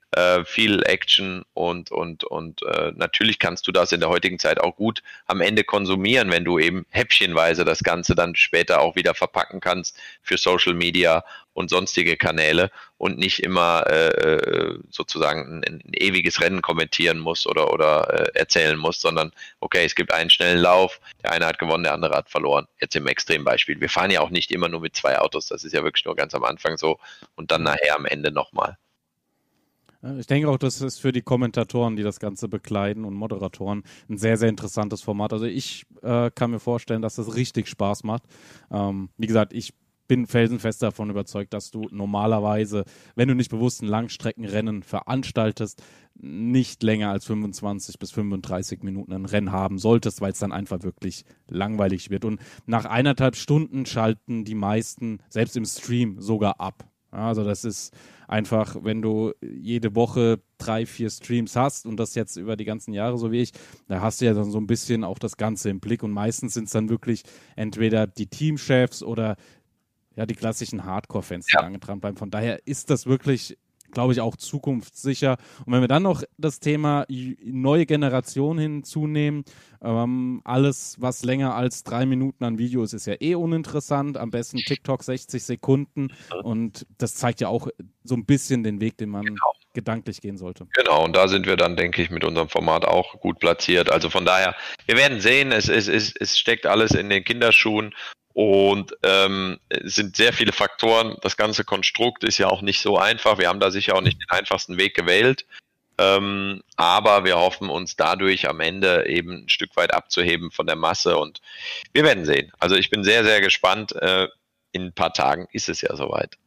äh, viel Action und, und, und äh, natürlich kannst du das in der heutigen Zeit auch gut am Ende konsumieren, wenn du eben häppchenweise das Ganze dann später auch wieder verpacken kannst für Social Media und sonstige Kanäle und nicht immer äh, sozusagen ein, ein ewiges Rennen kommentieren musst oder, oder äh, erzählen musst, sondern okay, es gibt einen schnellen Lauf, der eine hat gewonnen, der andere hat verloren. Jetzt im Extrembeispiel. Wir fahren ja auch nicht immer nur mit zwei Autos, das ist ja wirklich nur ganz am Anfang so und dann nachher am Ende nochmal. Ich denke auch, das ist für die Kommentatoren, die das Ganze bekleiden und Moderatoren ein sehr, sehr interessantes Format. Also ich äh, kann mir vorstellen, dass das richtig Spaß macht. Ähm, wie gesagt, ich bin felsenfest davon überzeugt, dass du normalerweise, wenn du nicht bewusst ein Langstreckenrennen veranstaltest, nicht länger als fünfundzwanzig bis fünfunddreißig Minuten ein Rennen haben solltest, weil es dann einfach wirklich langweilig wird. Und nach eineinhalb Stunden schalten die meisten, selbst im Stream, sogar ab. Also das ist einfach, wenn du jede Woche drei, vier Streams hast und das jetzt über die ganzen Jahre, so wie ich, da hast du ja dann so ein bisschen auch das Ganze im Blick und meistens sind es dann wirklich entweder die Teamchefs oder ja die klassischen Hardcore-Fans, die ja. lange dranbleiben. Von daher ist das wirklich, glaube ich, auch zukunftssicher. Und wenn wir dann noch das Thema neue Generation hinzunehmen, ähm, alles, was länger als drei Minuten an Video ist, ist ja eh uninteressant. Am besten TikTok sechzig Sekunden. Und das zeigt ja auch so ein bisschen den Weg, den man genau. gedanklich gehen sollte. Genau, und da sind wir dann, denke ich, mit unserem Format auch gut platziert. Also von daher, wir werden sehen, es, es, es, es steckt alles in den Kinderschuhen. Und ähm, es sind sehr viele Faktoren. Das ganze Konstrukt ist ja auch nicht so einfach. Wir haben da sicher auch nicht den einfachsten Weg gewählt. Ähm, aber wir hoffen uns dadurch am Ende eben ein Stück weit abzuheben von der Masse. Und wir werden sehen. Also ich bin sehr, sehr gespannt. Äh, in ein paar Tagen ist es ja soweit.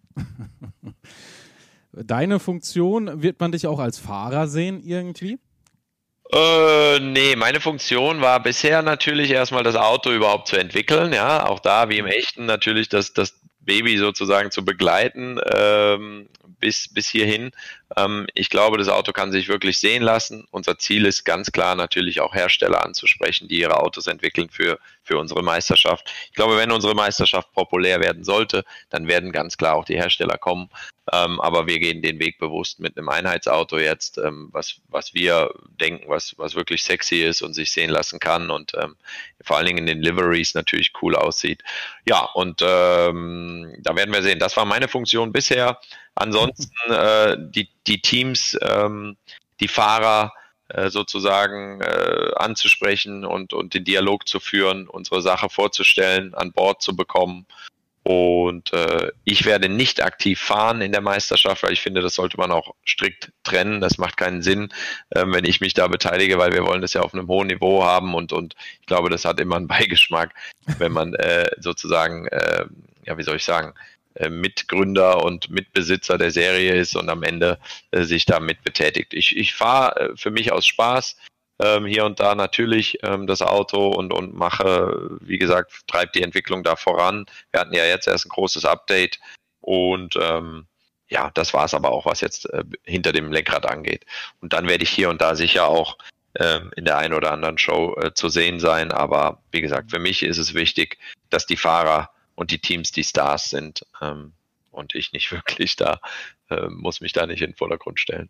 Deine Funktion, wird man dich auch als Fahrer sehen irgendwie? Äh, nee, meine Funktion war bisher natürlich erstmal das Auto überhaupt zu entwickeln, ja, auch da wie im Echten natürlich das, das Baby sozusagen zu begleiten, ähm, bis, bis hierhin. Ähm, ich glaube, das Auto kann sich wirklich sehen lassen. Unser Ziel ist ganz klar natürlich auch Hersteller anzusprechen, die ihre Autos entwickeln für, für unsere Meisterschaft. Ich glaube, wenn unsere Meisterschaft populär werden sollte, dann werden ganz klar auch die Hersteller kommen. Ähm, aber wir gehen den Weg bewusst mit einem Einheitsauto jetzt, ähm, was, was wir denken, was, was wirklich sexy ist und sich sehen lassen kann und ähm, vor allen Dingen in den Liveries natürlich cool aussieht. Ja, und ähm, da werden wir sehen. Das war meine Funktion bisher. Ansonsten äh, die, die Teams, ähm, die Fahrer äh, sozusagen äh, anzusprechen und, und den Dialog zu führen, unsere Sache vorzustellen, an Bord zu bekommen. Und äh, ich werde nicht aktiv fahren in der Meisterschaft, weil ich finde, das sollte man auch strikt trennen. Das macht keinen Sinn, äh, wenn ich mich da beteilige, weil wir wollen das ja auf einem hohen Niveau haben und, und ich glaube, das hat immer einen Beigeschmack, wenn man äh, sozusagen, äh, ja, wie soll ich sagen, äh, Mitgründer und Mitbesitzer der Serie ist und am Ende äh, sich da mit betätigt. Ich, ich fahre äh, für mich aus Spaß. Ähm, hier und da natürlich ähm, das Auto und, und mache, wie gesagt, treibt die Entwicklung da voran. Wir hatten ja jetzt erst ein großes Update und ähm, ja, das war es aber auch, was jetzt äh, hinter dem Lenkrad angeht. Und dann werde ich hier und da sicher auch ähm, in der einen oder anderen Show äh, zu sehen sein, aber wie gesagt, für mich ist es wichtig, dass die Fahrer und die Teams die Stars sind ähm, und ich nicht wirklich da, äh, muss mich da nicht in den Vordergrund stellen.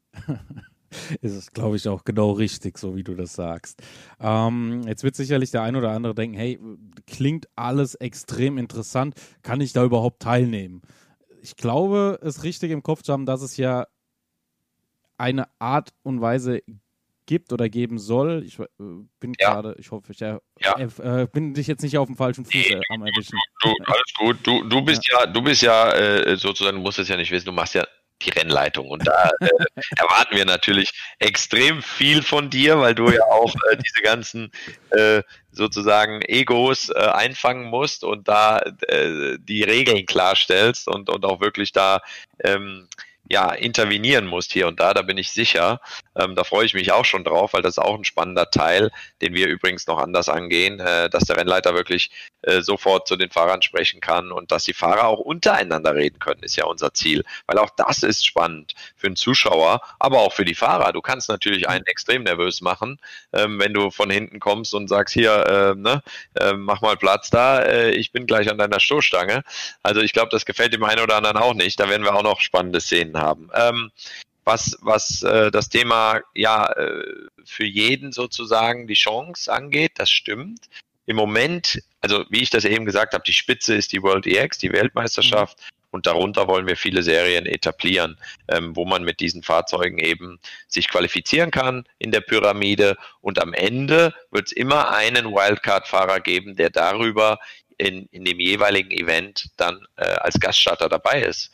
Ist es, glaube ich, auch genau richtig, so wie du das sagst. Ähm, jetzt wird sicherlich der ein oder andere denken, hey, klingt alles extrem interessant, kann ich da überhaupt teilnehmen? Ich glaube, es richtig im Kopf zu haben, dass es ja eine Art und Weise gibt oder geben soll. Ich äh, bin ja. gerade, ich hoffe, ich äh, ja. äh, bin dich jetzt nicht auf dem falschen Fuß äh, am erwischen. Du, alles gut, du, du bist ja, ja du bist ja äh, sozusagen, du musst es ja nicht wissen, du machst ja die Rennleitung. Und da äh, erwarten wir natürlich extrem viel von dir, weil du ja auch äh, diese ganzen äh, sozusagen Egos äh, einfangen musst und da äh, die Regeln klarstellst und, und auch wirklich da ähm, ja, intervenieren musst hier und da, da bin ich sicher. Ähm, da freue ich mich auch schon drauf, weil das ist auch ein spannender Teil, den wir übrigens noch anders angehen, äh, dass der Rennleiter wirklich äh, sofort zu den Fahrern sprechen kann und dass die Fahrer auch untereinander reden können, ist ja unser Ziel. Weil auch das ist spannend für den Zuschauer, aber auch für die Fahrer. Du kannst natürlich einen extrem nervös machen, ähm, wenn du von hinten kommst und sagst, hier, äh, ne, äh, mach mal Platz da, äh, ich bin gleich an deiner Stoßstange. Also ich glaube, das gefällt dem einen oder anderen auch nicht. Da werden wir auch noch spannende Szenen haben. Ähm, was, was äh, das Thema ja äh, für jeden sozusagen die Chance angeht, das stimmt. Im Moment, also wie ich das eben gesagt habe, die Spitze ist die World E X, die Weltmeisterschaft, mhm. und darunter wollen wir viele Serien etablieren, ähm, wo man mit diesen Fahrzeugen eben sich qualifizieren kann in der Pyramide, und am Ende wird es immer einen Wildcard-Fahrer geben, der darüber in, in dem jeweiligen Event dann äh, als Gaststarter dabei ist.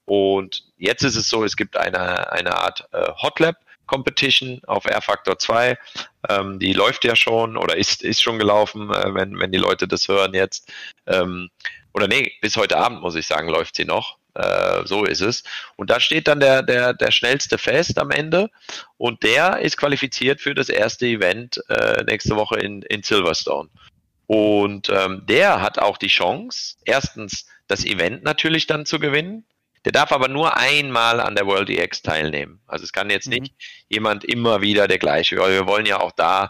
Und jetzt ist es so, es gibt eine, eine Art äh, Hotlap Competition auf R Factor zwei, ähm, die läuft ja schon oder ist, ist schon gelaufen, äh, wenn, wenn die Leute das hören jetzt. Ähm, oder nee, bis heute Abend, muss ich sagen, läuft sie noch. Äh, so ist es. Und da steht dann der, der, der schnellste fest am Ende, und der ist qualifiziert für das erste Event äh, nächste Woche in, in Silverstone. Und ähm, der hat auch die Chance, erstens das Event natürlich dann zu gewinnen. Der darf aber nur einmal an der World E X teilnehmen. Also es kann jetzt mhm. nicht jemand immer wieder der gleiche, weil wir wollen ja auch da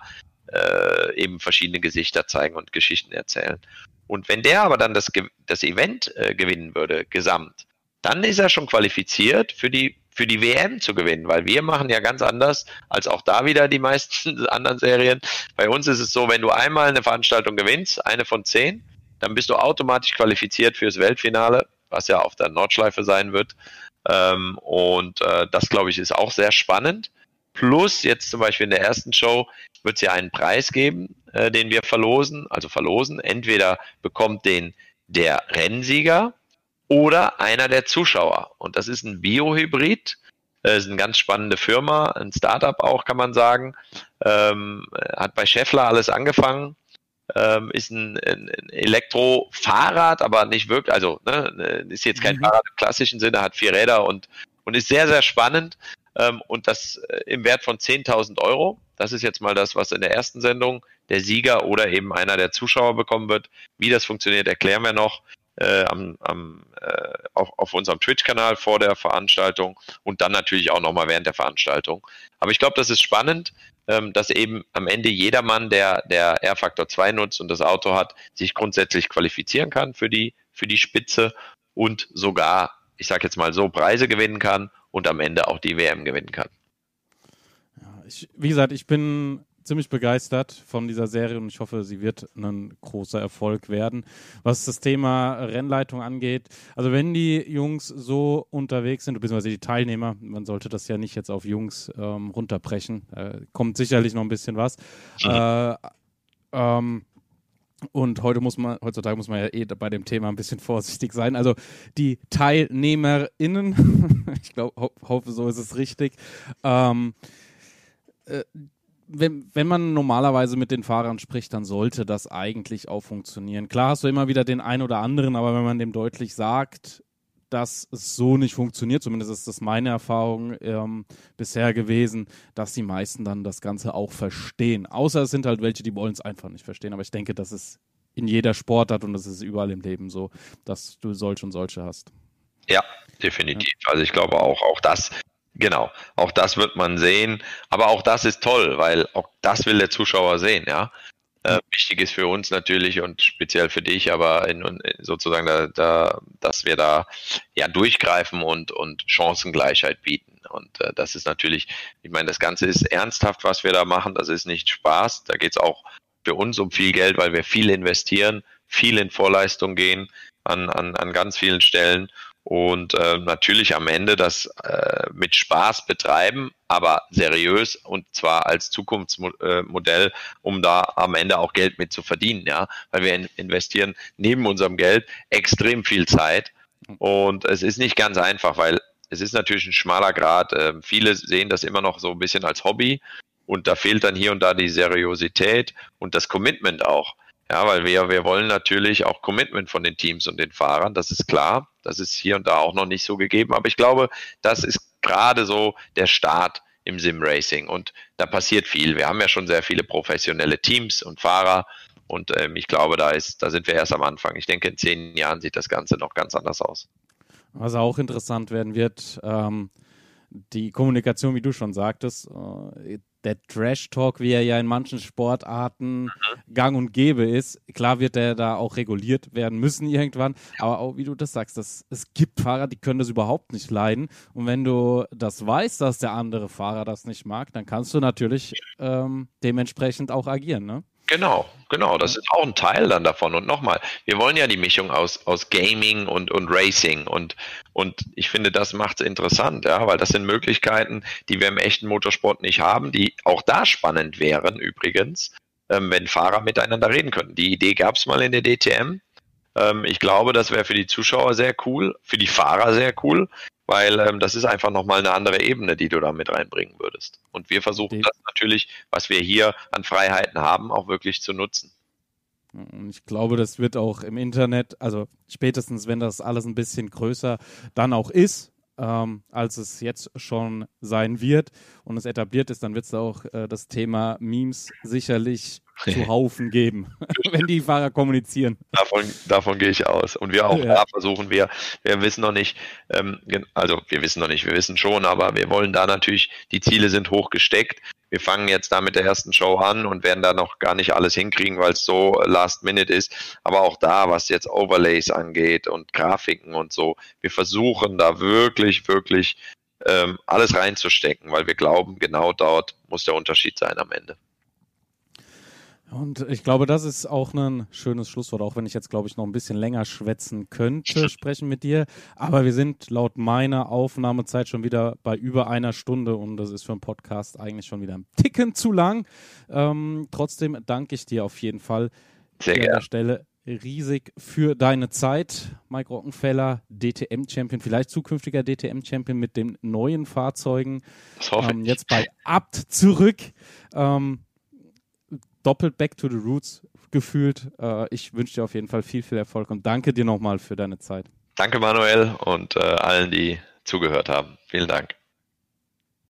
äh, eben verschiedene Gesichter zeigen und Geschichten erzählen. Und wenn der aber dann das, das Event äh, gewinnen würde, gesamt, dann ist er schon qualifiziert für die, für die W M zu gewinnen, weil wir machen ja ganz anders als auch da wieder die meisten anderen Serien. Bei uns ist es so, wenn du einmal eine Veranstaltung gewinnst, eine von zehn, dann bist du automatisch qualifiziert fürs Weltfinale, was ja auf der Nordschleife sein wird. Ähm, und äh, das, glaube ich, ist auch sehr spannend. Plus jetzt zum Beispiel in der ersten Show wird es ja einen Preis geben, äh, den wir verlosen, also verlosen. Entweder bekommt den der Rennsieger oder einer der Zuschauer. Und das ist ein Biohybrid. Das ist eine ganz spannende Firma, ein Startup auch, kann man sagen. Ähm, hat bei Schaeffler alles angefangen. Ähm, ist ein, ein Elektrofahrrad, aber nicht wirklich, also ne, ist jetzt kein mhm. Fahrrad im klassischen Sinne, hat vier Räder und, und ist sehr, sehr spannend. Ähm, und das äh, im Wert von zehntausend Euro. Das ist jetzt mal das, was in der ersten Sendung der Sieger oder eben einer der Zuschauer bekommen wird. Wie das funktioniert, erklären wir noch äh, am, am, äh, auf, auf unserem Twitch-Kanal vor der Veranstaltung und dann natürlich auch nochmal während der Veranstaltung. Aber ich glaube, das ist spannend, ähm, dass eben am Ende jedermann, der, der R Factor zwei nutzt und das Auto hat, sich grundsätzlich qualifizieren kann für die, für die Spitze und sogar, ich sage jetzt mal so, Preise gewinnen kann und am Ende auch die W M gewinnen kann. Ja, ich, wie gesagt, ich bin ziemlich begeistert von dieser Serie und ich hoffe, sie wird ein großer Erfolg werden. Was das Thema Rennleitung angeht, also wenn die Jungs so unterwegs sind, beziehungsweise die Teilnehmer, man sollte das ja nicht jetzt auf Jungs ähm, runterbrechen, äh, kommt sicherlich noch ein bisschen was. Mhm. Äh, ähm, Und heute muss man, heutzutage muss man ja eh bei dem Thema ein bisschen vorsichtig sein. Also die TeilnehmerInnen, ich glaube, ho- hoffe, so ist es richtig. Ähm, äh, wenn, wenn man normalerweise mit den Fahrern spricht, dann sollte das eigentlich auch funktionieren. Klar hast du immer wieder den einen oder anderen, aber wenn man dem deutlich sagt, dass es so nicht funktioniert, zumindest ist das meine Erfahrung ähm, bisher gewesen, dass die meisten dann das Ganze auch verstehen. Außer es sind halt welche, die wollen es einfach nicht verstehen. Aber ich denke, das ist in jeder Sportart und das ist überall im Leben so, dass du solche und solche hast. Ja, definitiv. Ja. Also ich glaube auch, auch das, genau, auch das wird man sehen. Aber auch das ist toll, weil auch das will der Zuschauer sehen, ja. Äh, wichtig ist für uns natürlich und speziell für dich, aber in, in, sozusagen, da, da, dass wir da ja durchgreifen und, und Chancengleichheit bieten. Und äh, das ist natürlich, ich meine, das Ganze ist ernsthaft, was wir da machen. Das ist nicht Spaß. Da geht es auch für uns um viel Geld, weil wir viel investieren, viel in Vorleistung gehen an, an, an ganz vielen Stellen. Und äh, natürlich am Ende das äh, mit Spaß betreiben, aber seriös und zwar als Zukunftsmodell, um da am Ende auch Geld mit zu verdienen, ja, weil wir in, investieren neben unserem Geld extrem viel Zeit und es ist nicht ganz einfach, weil es ist natürlich ein schmaler Grat. Äh, viele sehen das immer noch so ein bisschen als Hobby und da fehlt dann hier und da die Seriosität und das Commitment auch. Ja, weil wir, wir wollen natürlich auch Commitment von den Teams und den Fahrern, das ist klar. Das ist hier und da auch noch nicht so gegeben. Aber ich glaube, das ist gerade so der Start im Sim-Racing. Und da passiert viel. Wir haben ja schon sehr viele professionelle Teams und Fahrer. Und ähm, ich glaube, da ist, da sind wir erst am Anfang. Ich denke, in zehn Jahren sieht das Ganze noch ganz anders aus. Was auch interessant werden wird, ähm, die Kommunikation, wie du schon sagtest, äh, der Trash-Talk, wie er ja in manchen Sportarten Mhm. gang und gäbe ist, klar wird der da auch reguliert werden müssen irgendwann, aber auch wie du das sagst, das, es gibt Fahrer, die können das überhaupt nicht leiden und wenn du das weißt, dass der andere Fahrer das nicht mag, dann kannst du natürlich ähm, dementsprechend auch agieren, ne? Genau, genau, das ist auch ein Teil dann davon. Und nochmal, wir wollen ja die Mischung aus, aus Gaming und, und Racing und, und ich finde, das macht es interessant, ja, weil das sind Möglichkeiten, die wir im echten Motorsport nicht haben, die auch da spannend wären übrigens, ähm, wenn Fahrer miteinander reden könnten. Die Idee gab es mal in der D T M. Ähm, ich glaube, das wäre für die Zuschauer sehr cool, für die Fahrer sehr cool, weil ähm, das ist einfach nochmal eine andere Ebene, die du da mit reinbringen würdest. Und wir versuchen Die- das natürlich, was wir hier an Freiheiten haben, auch wirklich zu nutzen. Und ich glaube, das wird auch im Internet, also spätestens, wenn das alles ein bisschen größer dann auch ist, ähm, als es jetzt schon sein wird und es etabliert ist, dann wird es auch äh, das Thema Memes sicherlich zu Haufen geben, wenn die Fahrer kommunizieren. Davon, davon gehe ich aus. Und wir auch Ja. da versuchen wir, wir wissen noch nicht, ähm, gen- also wir wissen noch nicht, wir wissen schon, aber wir wollen da natürlich, die Ziele sind hoch gesteckt. Wir fangen jetzt da mit der ersten Show an und werden da noch gar nicht alles hinkriegen, weil es so last minute ist. Aber auch da, was jetzt Overlays angeht und Grafiken und so, wir versuchen da wirklich, wirklich ähm, alles reinzustecken, weil wir glauben, genau dort muss der Unterschied sein am Ende. Und ich glaube, das ist auch ein schönes Schlusswort, auch wenn ich jetzt, glaube ich, noch ein bisschen länger schwätzen könnte, sprechen mit dir. Aber wir sind laut meiner Aufnahmezeit schon wieder bei über einer Stunde und das ist für einen Podcast eigentlich schon wieder ein Ticken zu lang. Ähm, trotzdem danke ich dir auf jeden Fall Sehr an gerne. der Stelle riesig für deine Zeit. Mike Rockenfeller, D T M-Champion, vielleicht zukünftiger D T M-Champion mit den neuen Fahrzeugen. Das hoffe Ähm, ich. jetzt bei Abt zurück. Ähm, doppelt back to the roots gefühlt. Äh, ich wünsche dir auf jeden Fall viel, viel Erfolg und danke dir nochmal für deine Zeit. Danke, Manuel, und äh, allen, die zugehört haben. Vielen Dank.